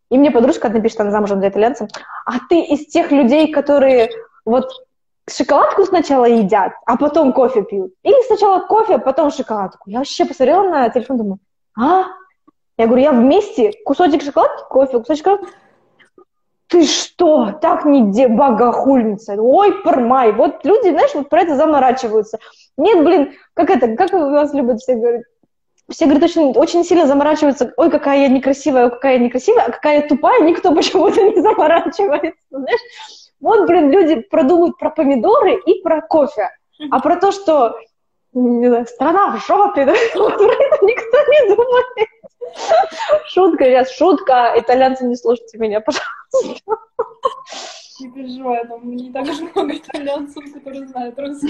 И мне подружка напишет, она замужем за итальянцем, а ты из тех людей, которые вот шоколадку сначала едят, а потом кофе пьют? Или сначала кофе, а потом шоколадку? Я вообще посмотрела на телефон, думаю, Я говорю, я вместе кусочек шоколадки, кофе, кусочек шоколадки. Ты что? Так нигде, богохульница. Ой, пармай. Вот люди, знаешь, вот про это заморачиваются. Нет, блин, как у вас любят все говорить? Все говорят, очень сильно заморачиваются. Ой, какая я некрасивая, ой, какая я некрасивая, а какая я тупая, никто почему-то не заморачивается. Знаешь? Вот, блин, люди продумают про помидоры и про кофе. А про то, что страна в жопе, да? Вот про это никто не думает. Шутка, ребят, шутка. Итальянцы, не слушайте меня, пожалуйста. Не переживай, там не так же много итальянцев, которые знают русский.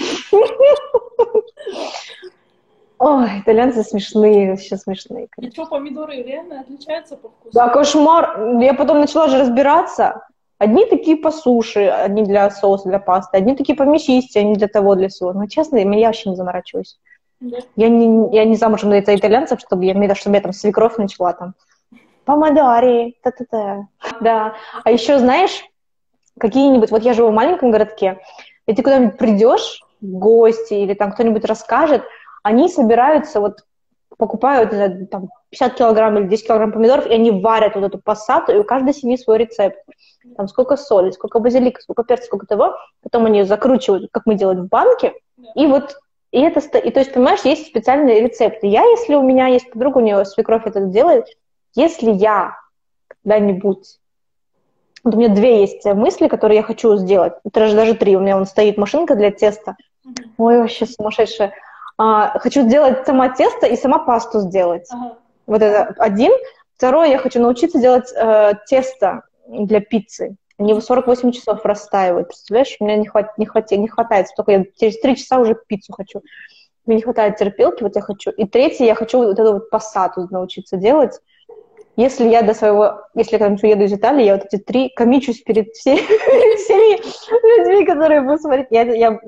Ой, итальянцы смешные, вообще смешные. И что, помидоры реально отличаются по вкусу? Да, кошмар. Я потом начала же разбираться. Одни такие по суше, одни для соуса, для пасты, одни такие по мясисти, они для того, для всего. Но честно, я вообще не заморачиваюсь. Да. Я не замужем за итальянцев, чтобы я там свекровь начала там. Помидори, та-та-та. Да. А еще, знаешь, какие-нибудь... Вот я живу в маленьком городке, и ты куда-нибудь придешь в гости, или там кто-нибудь расскажет, они собираются, вот покупают там, 50 килограмм или 10 килограмм помидоров, и они варят вот эту пассату, и у каждой семьи свой рецепт. Там сколько соли, сколько базилика, сколько перца, сколько того. Потом они закручивают, как мы делаем в банке, и вот то есть, понимаешь, есть специальные рецепты. Если у меня есть подруга, у нее свекровь это делает, если я когда-нибудь... Вот у меня 2 есть мысли, которые я хочу сделать. Даже 3. У меня стоит машинка для теста. Ой, вообще сумасшедшая. Хочу сделать сама тесто и сама пасту сделать. Вот это 1. 2, я хочу научиться делать тесто для пиццы. Они в 48 часов растаивают. Представляешь, у меня не хватает. Только я через 3 часа уже пиццу хочу. Мне не хватает терпелки, вот я хочу. И 3, я хочу вот эту вот пассату научиться делать. Если я когда-нибудь уеду из Италии, я вот эти 3 комичусь перед всеми людьми, которые будут смотреть. Я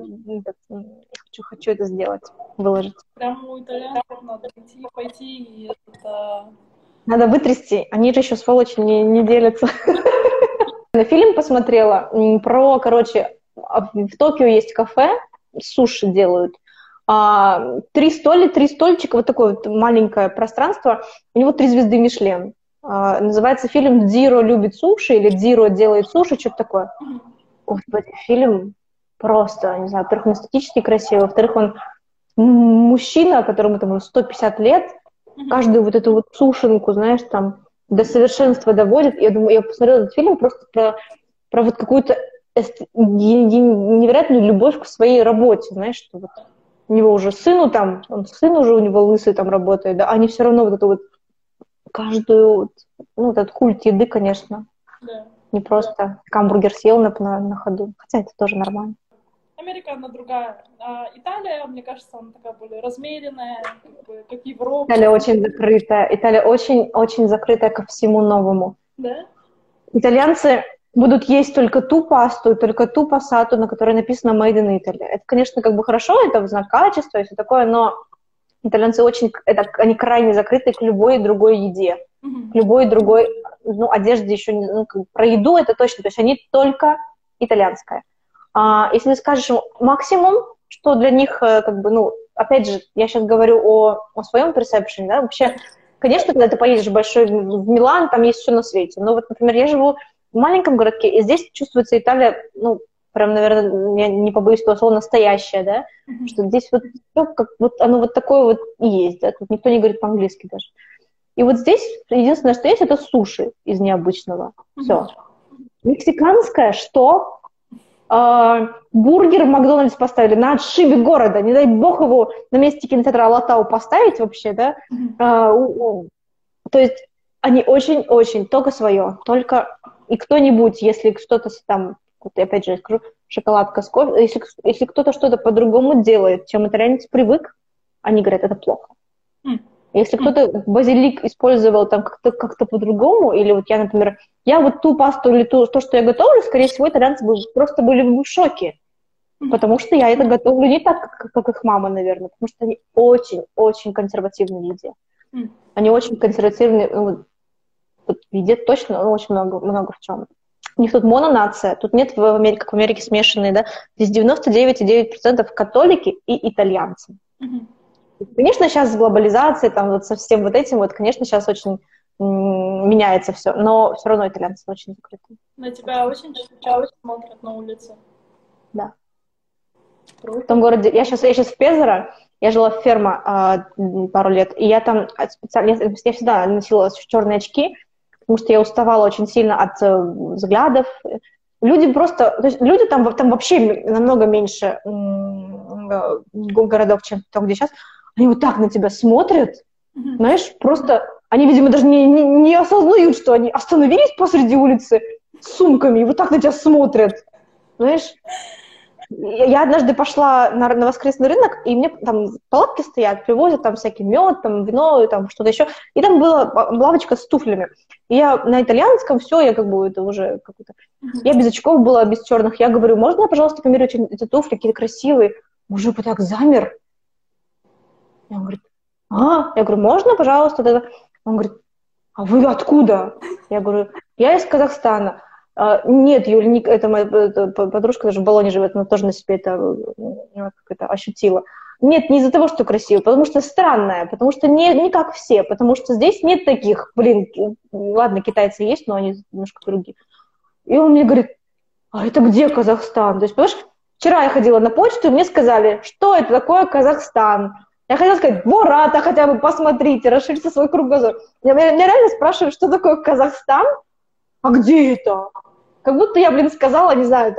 хочу это сделать, выложить. Прямо у итальянцев надо пойти и это... Надо вытрясти. Они же еще, сволочи, не делятся. Фильм посмотрела про, в Токио есть кафе, суши делают. 3 стольчика, вот такое вот маленькое пространство. У него 3 звезды Мишлен. Называется фильм «Дзиро любит суши» или «Дзиро делает суши», что-то такое. Господи, фильм просто, не знаю, во-первых, он эстетически красивый, во-вторых, он мужчина, которому там 150 лет, каждую вот эту вот сушинку, знаешь, там, до совершенства доводит. Я посмотрела этот фильм просто про вот какую-то невероятную любовь к своей работе, знаешь, что вот у него уже сын уже у него лысый там работает, да, они все равно вот эту вот каждую, этот культ еды, конечно, не просто гамбургер съел на ходу, хотя это тоже нормально. Америка, она другая. Италия, мне кажется, она такая более размеренная, как Европа. Италия очень закрытая. Италия очень закрытая ко всему новому. Да? Итальянцы будут есть только ту пасту, только ту пассату, на которой написано «Made in Italy». Это, конечно, как бы хорошо, это знак качества и все такое, но итальянцы они крайне закрыты к любой другой еде, к любой другой, одежде еще, про еду это точно, то есть они только итальянская. Если ты скажешь максимум, что для них, опять же, я сейчас говорю о своем персепшене, да, вообще, конечно, когда ты поедешь в Милан, там есть все на свете, но вот, например, я живу в маленьком городке, и здесь чувствуется Италия, прям, наверное, я не побоюсь этого слова, настоящая, да, что здесь вот, оно вот такое вот и есть, да, тут никто не говорит по-английски даже. И вот здесь единственное, что есть, это суши из необычного, все. Мексиканское, что? Бургер в Макдональдс поставили на отшибе города, не дай бог его на месте кинотеатра Алатау поставить вообще, да, то есть они очень-очень только свое, только и кто-нибудь, если что-то там, вот опять же, скажу, шоколадка с кофе, если кто-то что-то по-другому делает, чем итальянец привык, они говорят, это плохо. Если кто-то базилик использовал там как-то по-другому, или вот я, например, я вот ту пасту или то, что я готовлю, скорее всего, итальянцы просто были в шоке, потому что я это готовлю не так, как их мама, наверное, потому что они очень-очень консервативные люди. Они очень консервативные, вот везде точно, ну, очень много в чем. У них тут мононация, тут нет в Америке, как в Америке смешанные, да, здесь 99,9% католики и итальянцы. Конечно, сейчас с глобализацией, там, вот со всем вот этим, вот, конечно, сейчас очень меняется все, но все равно итальянцы очень закрыты. На тебя очень часто смотрят на улице? Да. Круто. В том городе, я сейчас в Пезаро, я жила в ферме пару лет, и я там специально, я всегда носила черные очки, потому что я уставала очень сильно от взглядов. Люди просто, то есть люди там вообще намного меньше городов, чем там, где сейчас. Они вот так на тебя смотрят, знаешь, просто они, видимо, даже не осознают, что они остановились посреди улицы с сумками и вот так на тебя смотрят, знаешь. Я однажды пошла на воскресный рынок, и мне там палатки стоят, привозят там всякий мед, там вино, там что-то еще. И там была лавочка с туфлями. И я на итальянском, все, я как бы это уже какой-то... Я без очков была, без черных. Я говорю, можно, пожалуйста, померить эти туфли, какие красивые? Мужик вот так замер. Я говорю, Я говорю, можно, пожалуйста? Он говорит, а вы откуда? Я говорю, я из Казахстана. Нет, Юль, это моя подружка даже в Болоне живет, она тоже на себе это ощутила. Нет, не из-за того, что красиво, потому что странная, потому что не как все, потому что здесь нет таких, ладно, китайцы есть, но они немножко другие. И он мне говорит, а это где Казахстан? То есть, понимаешь, вчера я ходила на почту, и мне сказали, что это такое Казахстан. Я хотела сказать, Бората хотя бы посмотрите, расширьте свой кругозор. Меня реально спрашивают, что такое Казахстан? А где это? Как будто я, сказала, не знаю,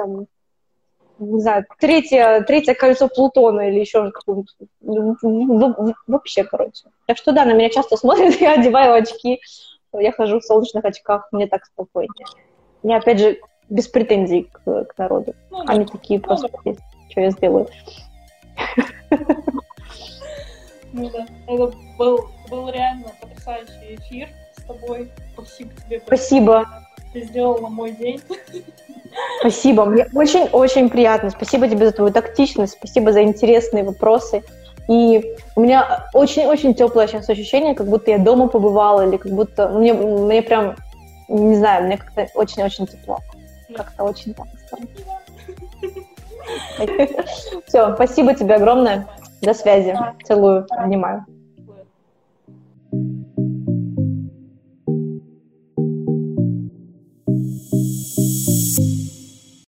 третье кольцо Плутона или еще какое-нибудь. Вообще, короче. Так что да, на меня часто смотрят, я одеваю очки, я хожу в солнечных очках, мне так спокойнее. Мне, опять же, без претензий к народу. Они такие просто, что я сделаю. Ну да, это был реально потрясающий эфир с тобой. Спасибо тебе. Спасибо. Ты сделала мой день. Спасибо, мне очень-очень приятно. Спасибо тебе за твою тактичность, спасибо за интересные вопросы. И у меня очень-очень теплое сейчас ощущение, как будто я дома побывала, или как будто мне прям, не знаю, мне как-то очень-очень тепло. Как-то очень так стало. Все, спасибо тебе огромное. До связи. Целую, обнимаю.